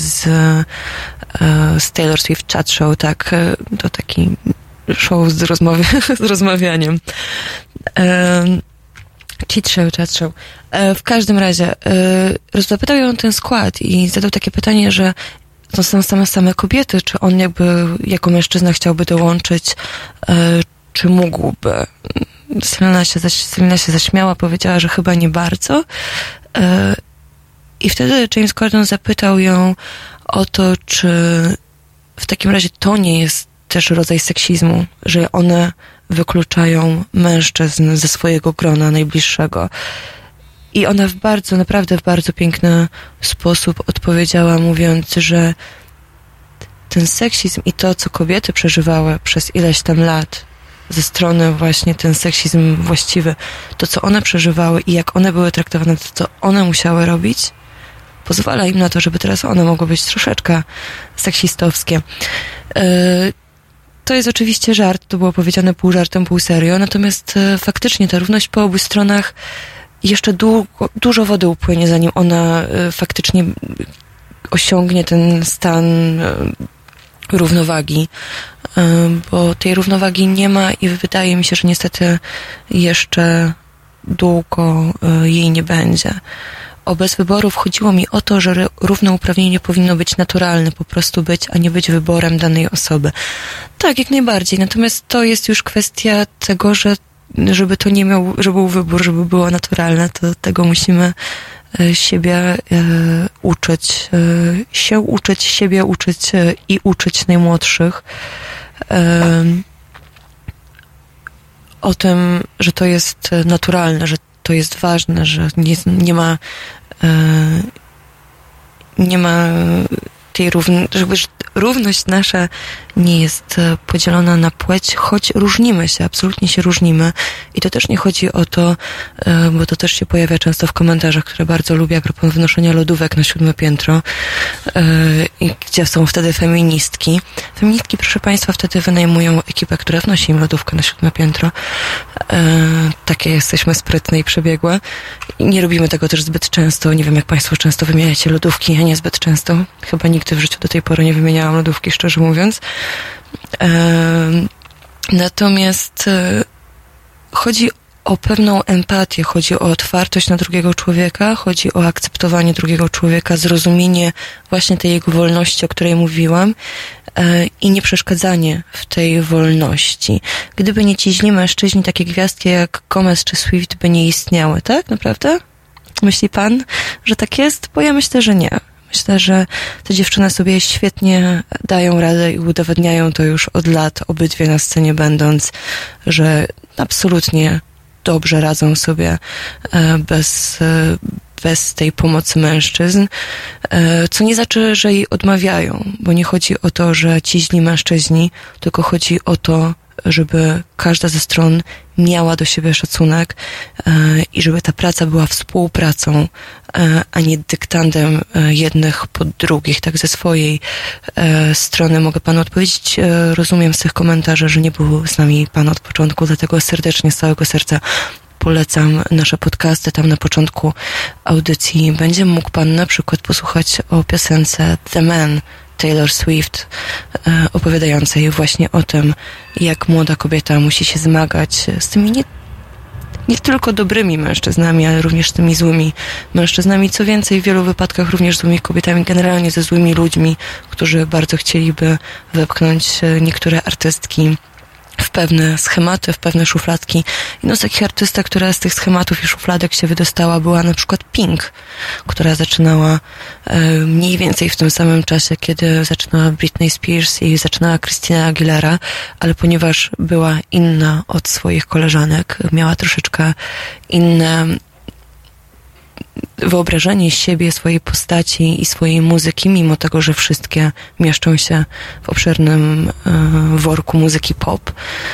z Taylor Swift Chat Show, tak, to taki show z rozmawianiem. Chat show. W każdym razie zapytał ją o ten skład i zadał takie pytanie, że to są same kobiety, czy on jakby jako mężczyzna chciałby dołączyć, czy mógłby. Selena się zaśmiała, powiedziała, że chyba nie bardzo. I wtedy James Corden zapytał ją o to, czy w takim razie to nie jest też rodzaj seksizmu, że one wykluczają mężczyzn ze swojego grona najbliższego. I ona naprawdę w bardzo piękny sposób odpowiedziała, mówiąc, że ten seksizm i to, co kobiety przeżywały przez ileś tam lat ze strony właśnie ten seksizm właściwy, to, co one przeżywały i jak one były traktowane, to, co one musiały robić, pozwala im na to, żeby teraz one mogły być troszeczkę seksistowskie. To jest oczywiście żart, to było powiedziane pół żartem, pół serio, natomiast faktycznie ta równość po obu stronach jeszcze dużo wody upłynie, zanim ona faktycznie osiągnie ten stan równowagi, bo tej równowagi nie ma i wydaje mi się, że niestety jeszcze długo jej nie będzie. O bez wyborów chodziło mi o to, że równouprawnienie powinno być naturalne, po prostu być, a nie być wyborem danej osoby. Tak, jak najbardziej, natomiast to jest już kwestia tego, że żeby to nie miał, żeby był wybór, żeby było naturalne, to tego musimy siebie uczyć, siebie uczyć i uczyć najmłodszych o tym, że to jest naturalne, że to jest ważne, że nie ma tej równość nasza nie jest podzielona na płeć, choć różnimy się, absolutnie się różnimy. I to też nie chodzi o to, bo to też się pojawia często w komentarzach, które bardzo lubię a propos wnoszenia lodówek na 7 piętro, i gdzie są wtedy feministki. Feministki, proszę Państwa, wtedy wynajmują ekipę, która wnosi im lodówkę na 7 piętro. Takie jesteśmy sprytne i przebiegłe. I nie robimy tego też zbyt często. Nie wiem, jak Państwo często wymieniacie lodówki. Ja nie zbyt często. Chyba nigdy w życiu do tej pory nie wymieniałam lodówki, szczerze mówiąc. Natomiast chodzi o pewną empatię, chodzi o otwartość na drugiego człowieka, chodzi o akceptowanie drugiego człowieka, zrozumienie właśnie tej jego wolności, o której mówiłam, i nieprzeszkadzanie w tej wolności. Gdyby nie ci źli mężczyźni, takie gwiazdki jak Gomez czy Swift by nie istniały, tak? Naprawdę? Myśli pan, że tak jest? Bo ja myślę, że nie. Myślę, że te dziewczyny sobie świetnie dają radę i udowadniają to już od lat, obydwie na scenie będąc, że absolutnie dobrze radzą sobie bez tej pomocy mężczyzn, co nie znaczy, że jej odmawiają, bo nie chodzi o to, że ci źli mężczyźni, tylko chodzi o to, żeby każda ze stron miała do siebie szacunek i żeby ta praca była współpracą, a nie dyktantem jednych pod drugich. Tak ze swojej strony mogę panu odpowiedzieć. Rozumiem z tych komentarzy, że nie był z nami pan od początku, dlatego serdecznie, z całego serca polecam nasze podcasty. Tam na początku audycji będzie mógł pan na przykład posłuchać o piosence The Man Taylor Swift, opowiadającej właśnie o tym, jak młoda kobieta musi się zmagać z tymi nie tylko dobrymi mężczyznami, ale również z tymi złymi mężczyznami. Co więcej, w wielu wypadkach również złymi kobietami, generalnie ze złymi ludźmi, którzy bardzo chcieliby wepchnąć niektóre artystki w pewne schematy, w pewne szufladki. Jedną z takich artystek, która z tych schematów i szufladek się wydostała, była na przykład Pink, która zaczynała mniej więcej w tym samym czasie, kiedy zaczynała Britney Spears i zaczynała Christina Aguilera, ale ponieważ była inna od swoich koleżanek, miała troszeczkę inne wyobrażenie siebie, swojej postaci i swojej muzyki, mimo tego, że wszystkie mieszczą się w obszernym worku muzyki pop,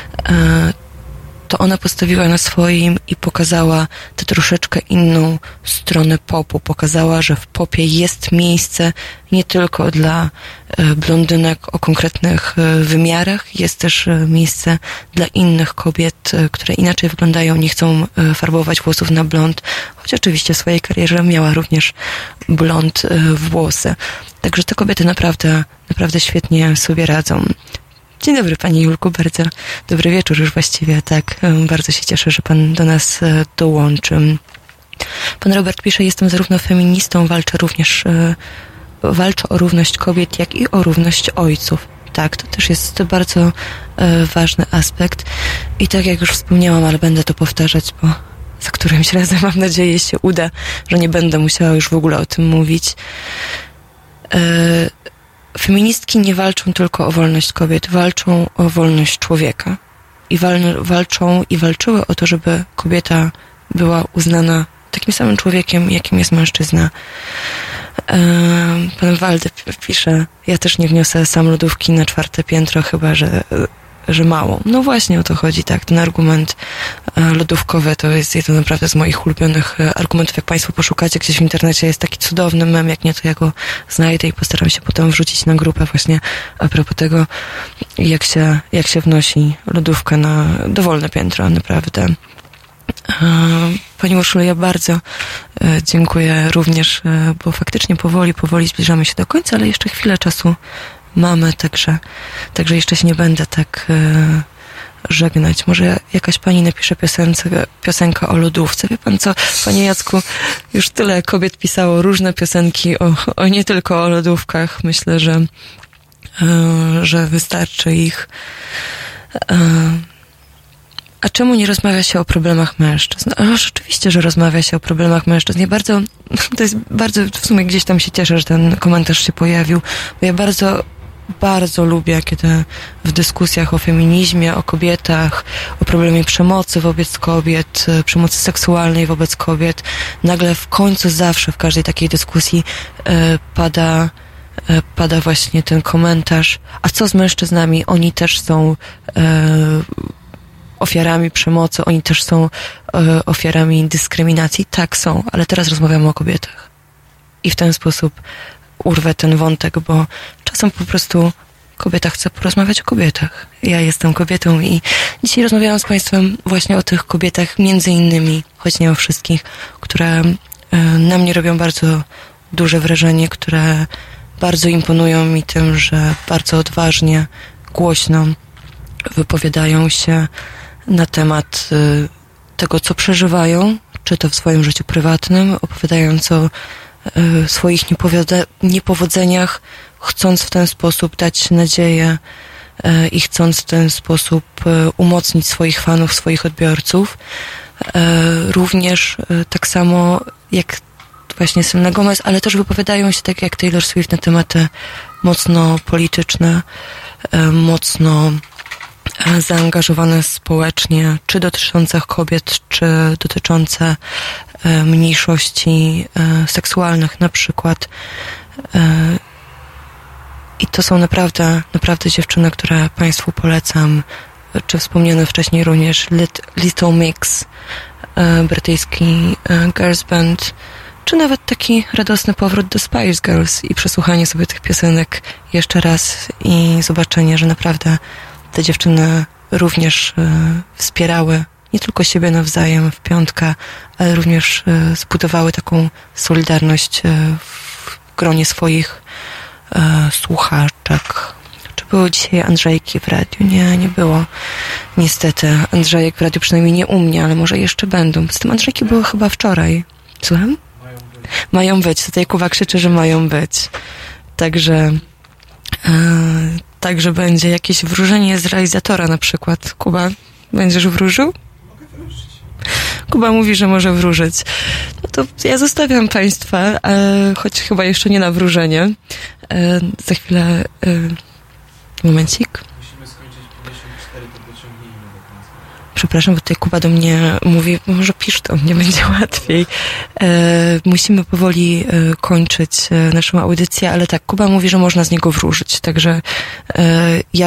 to ona postawiła na swoim i pokazała tę troszeczkę inną stronę popu. Pokazała, że w popie jest miejsce nie tylko dla blondynek o konkretnych wymiarach, jest też miejsce dla innych kobiet, które inaczej wyglądają, nie chcą farbować włosów na blond, choć oczywiście w swojej karierze miała również blond włosy. Także te kobiety naprawdę świetnie sobie radzą. Dzień dobry Pani Julku, bardzo dobry wieczór już właściwie, tak, bardzo się cieszę, że Pan do nas dołączy. Pan Robert pisze, jestem zarówno feministą, walczę o równość kobiet, jak i o równość ojców. Tak, to też jest bardzo ważny aspekt i tak jak już wspomniałam, ale będę to powtarzać, bo za którymś razem mam nadzieję się uda, że nie będę musiała już w ogóle o tym mówić. Feministki nie walczą tylko o wolność kobiet, walczą o wolność człowieka. I walczą i walczyły o to, żeby kobieta była uznana takim samym człowiekiem, jakim jest mężczyzna. Pan Waldy pisze, ja też nie wniosę sam lodówki na 4 piętro, chyba że mało. No właśnie o to chodzi, tak. Ten argument lodówkowy to jest jeden naprawdę z moich ulubionych argumentów. Jak Państwo poszukacie gdzieś w internecie, jest taki cudowny mem, jak nie to ja go znajdę i postaram się potem wrzucić na grupę właśnie a propos tego, jak się wnosi lodówkę na dowolne piętro, naprawdę. Pani Urszula, ja bardzo dziękuję również, bo faktycznie powoli zbliżamy się do końca, ale jeszcze chwilę czasu mamy, także jeszcze się nie będę tak żegnać. Może jakaś pani napisze piosenkę o lodówce. Wie pan co, panie Jacku, już tyle kobiet pisało różne piosenki o nie tylko o lodówkach. Myślę, że wystarczy ich. A czemu nie rozmawia się o problemach mężczyzn? Rzeczywiście, że rozmawia się o problemach mężczyzn. To jest bardzo, w sumie gdzieś tam się cieszę, że ten komentarz się pojawił, bo ja bardzo lubię, kiedy w dyskusjach o feminizmie, o kobietach, o problemie przemocy wobec kobiet, przemocy seksualnej wobec kobiet, nagle w końcu zawsze w każdej takiej dyskusji pada pada właśnie ten komentarz, a co z mężczyznami? Oni też są ofiarami przemocy, oni też są ofiarami dyskryminacji. Tak, są, ale teraz rozmawiamy o kobietach. I w ten sposób urwę ten wątek, bo czasem po prostu kobieta chce porozmawiać o kobietach. Ja jestem kobietą i dzisiaj rozmawiałam z Państwem właśnie o tych kobietach, między innymi, choć nie o wszystkich, które na mnie robią bardzo duże wrażenie, które bardzo imponują mi tym, że bardzo odważnie, głośno wypowiadają się na temat tego, co przeżywają, czy to w swoim życiu prywatnym, opowiadając o swoich niepowodzeniach, chcąc w ten sposób dać nadzieję i chcąc w ten sposób umocnić swoich fanów, swoich odbiorców. Również tak samo jak właśnie Selena Gomez, ale też wypowiadają się tak jak Taylor Swift na tematy mocno polityczne, mocno zaangażowane społecznie, czy dotyczące kobiet, czy dotyczące mniejszości seksualnych na przykład. I to są naprawdę dziewczyny, które Państwu polecam, czy wspomniane wcześniej również Little Mix, brytyjski girls band, czy nawet taki radosny powrót do Spice Girls i przesłuchanie sobie tych piosenek jeszcze raz i zobaczenie, że naprawdę te dziewczyny również wspierały nie tylko siebie nawzajem w piątkę, ale również zbudowały taką solidarność w gronie swoich słuchaczek. Czy były dzisiaj Andrzejki w radiu? Nie było. Niestety. Andrzejek w radiu przynajmniej nie u mnie, ale może jeszcze będą. Z tym Andrzejki były chyba wczoraj. Słucham? Mają być. Tutaj Kuba krzyczy, że mają być. Także będzie jakieś wróżenie z realizatora na przykład. Kuba, będziesz wróżył? Kuba mówi, że może wróżyć. No to ja zostawiam Państwa, choć chyba jeszcze nie na wróżenie. Za chwilę... Momencik. Musimy skończyć 54, to pociągnijmy do końca. Przepraszam, bo tutaj Kuba do mnie mówi, może pisz to, mnie będzie łatwiej. Musimy powoli kończyć naszą audycję, ale tak, Kuba mówi, że można z niego wróżyć, także ja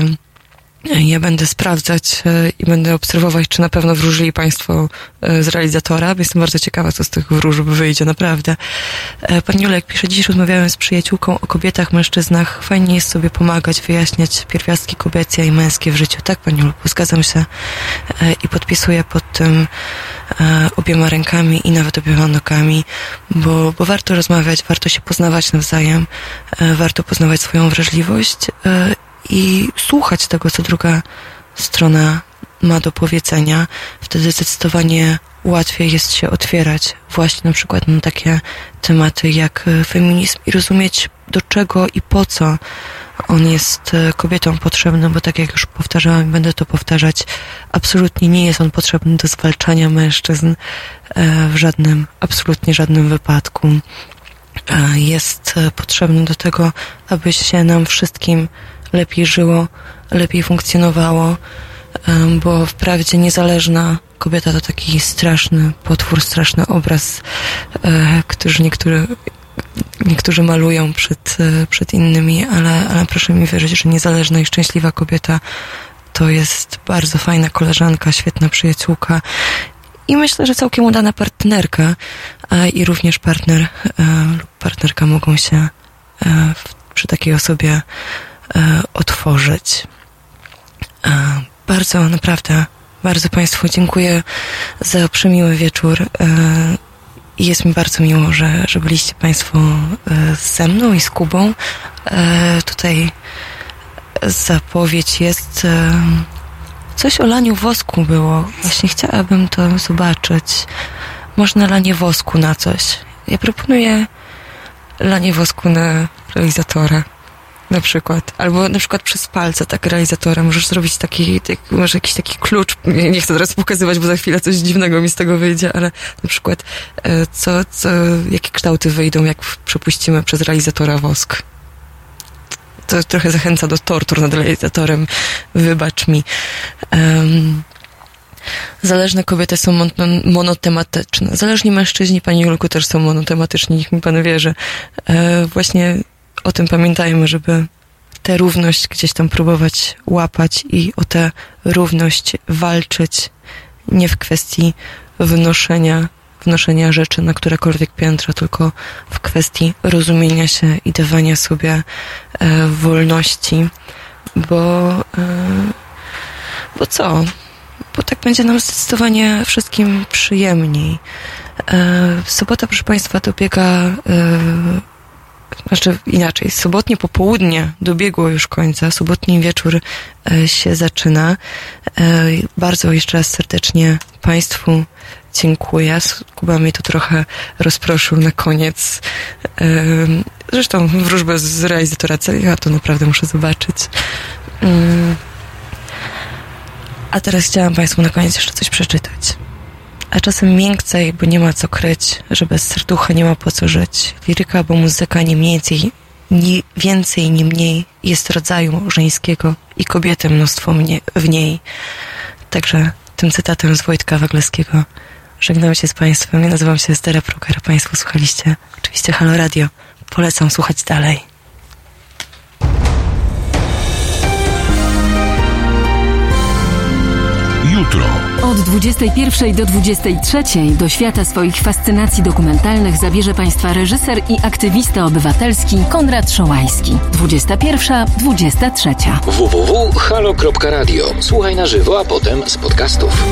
będę sprawdzać i będę obserwować, czy na pewno wróżyli Państwo z realizatora, bo jestem bardzo ciekawa, co z tych wróżb wyjdzie, naprawdę. Pan Julek pisze, dziś rozmawiałem z przyjaciółką o kobietach, mężczyznach. Fajnie jest sobie pomagać, wyjaśniać pierwiastki kobiece i męskie w życiu. Tak, Panie Julku, zgadzam się i podpisuję pod tym obiema rękami i nawet obiema nogami, bo warto rozmawiać, warto się poznawać nawzajem, warto poznawać swoją wrażliwość i słuchać tego, co druga strona ma do powiedzenia. Wtedy zdecydowanie łatwiej jest się otwierać właśnie na przykład na takie tematy jak feminizm i rozumieć, do czego i po co on jest kobietom potrzebny, bo tak jak już powtarzałam i będę to powtarzać, absolutnie nie jest on potrzebny do zwalczania mężczyzn w żadnym, absolutnie żadnym wypadku. Jest potrzebny do tego, aby się nam wszystkim lepiej żyło, lepiej funkcjonowało, bo wprawdzie niezależna kobieta to taki straszny potwór, straszny obraz, który niektórzy malują przed innymi, ale proszę mi wierzyć, że niezależna i szczęśliwa kobieta to jest bardzo fajna koleżanka, świetna przyjaciółka i myślę, że całkiem udana partnerka, i również partner lub partnerka mogą się przy takiej osobie otworzyć. Naprawdę bardzo Państwu dziękuję za przemiły wieczór i jest mi bardzo miło, że byliście Państwo ze mną i z Kubą. Tutaj zapowiedź jest, coś o laniu wosku było. Właśnie chciałabym to zobaczyć. Można lanie wosku na coś. Ja proponuję lanie wosku na realizatora. Na przykład. Albo na przykład przez palce tak realizatora. Możesz zrobić może jakiś taki klucz. Nie chcę teraz pokazywać, bo za chwilę coś dziwnego mi z tego wyjdzie, ale na przykład jakie kształty wyjdą, jak przepuścimy przez realizatora wosk. To trochę zachęca do tortur nad realizatorem. Wybacz mi. Zależne kobiety są monotematyczne. Zależni mężczyźni, Pani Julku, też są monotematyczni. Niech mi Pan wierzy. Właśnie o tym pamiętajmy, żeby tę równość gdzieś tam próbować łapać i o tę równość walczyć, nie w kwestii wnoszenia rzeczy na którekolwiek piętro, tylko w kwestii rozumienia się i dawania sobie wolności, bo co? Bo tak będzie nam zdecydowanie wszystkim przyjemniej. Sobota, proszę Państwa, dobiega, znaczy inaczej, sobotnie popołudnie dobiegło już końca, sobotni wieczór się zaczyna. Bardzo jeszcze raz serdecznie Państwu dziękuję. Kuba mnie to trochę rozproszył na koniec. Zresztą wróżbę z realizatora, ja to naprawdę muszę zobaczyć. A teraz chciałam Państwu na koniec jeszcze coś przeczytać. A czasem miękcej, bo nie ma co kryć, że bez serducha nie ma po co żyć. Liryka, bo muzyka nie więcej, nie mniej jest rodzaju żeńskiego i kobiety mnóstwo w niej. Także tym cytatem z Wojtka Wagleskiego żegnam się z Państwem. Ja nazywam się Estera Proker. Państwo słuchaliście oczywiście Halo Radio. Polecam słuchać dalej. Jutro. Od 21 do 23 do świata swoich fascynacji dokumentalnych zabierze Państwa reżyser i aktywista obywatelski Konrad Szołajski. 21-23. www.halo.radio. Słuchaj na żywo, a potem z podcastów.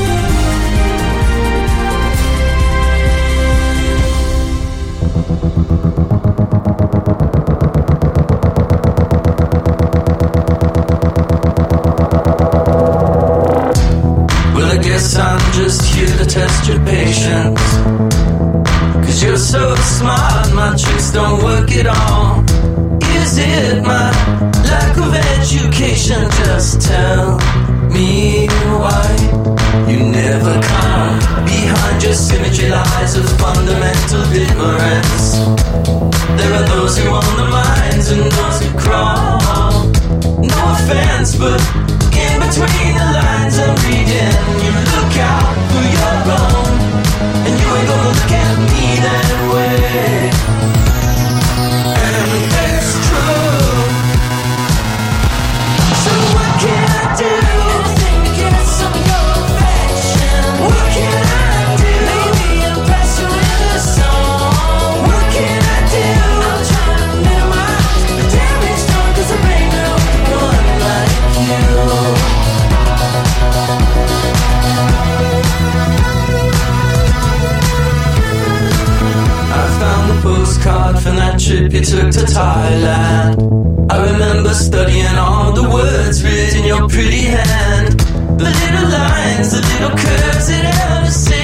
I'm just here to test your patience. 'Cause you're so smart, my tricks don't work at all. Is it my lack of education? Just tell me why you never come behind your symmetry lies of fundamental difference. There are those who own the minds and those who crawl. No offense, but in between the lines I'm reading, you look out for your own, and you ain't gonna look at me that way. And it's true. So what can I do? Anything to get some of your affection. What can I do? Maybe impress you with a song. What can I do? I'm trying to minimize the damage done, 'cause there ain't no one like you. Postcard from that trip you took to Thailand. I remember studying all the words written in your pretty hand. The little lines, the little curves that held us in.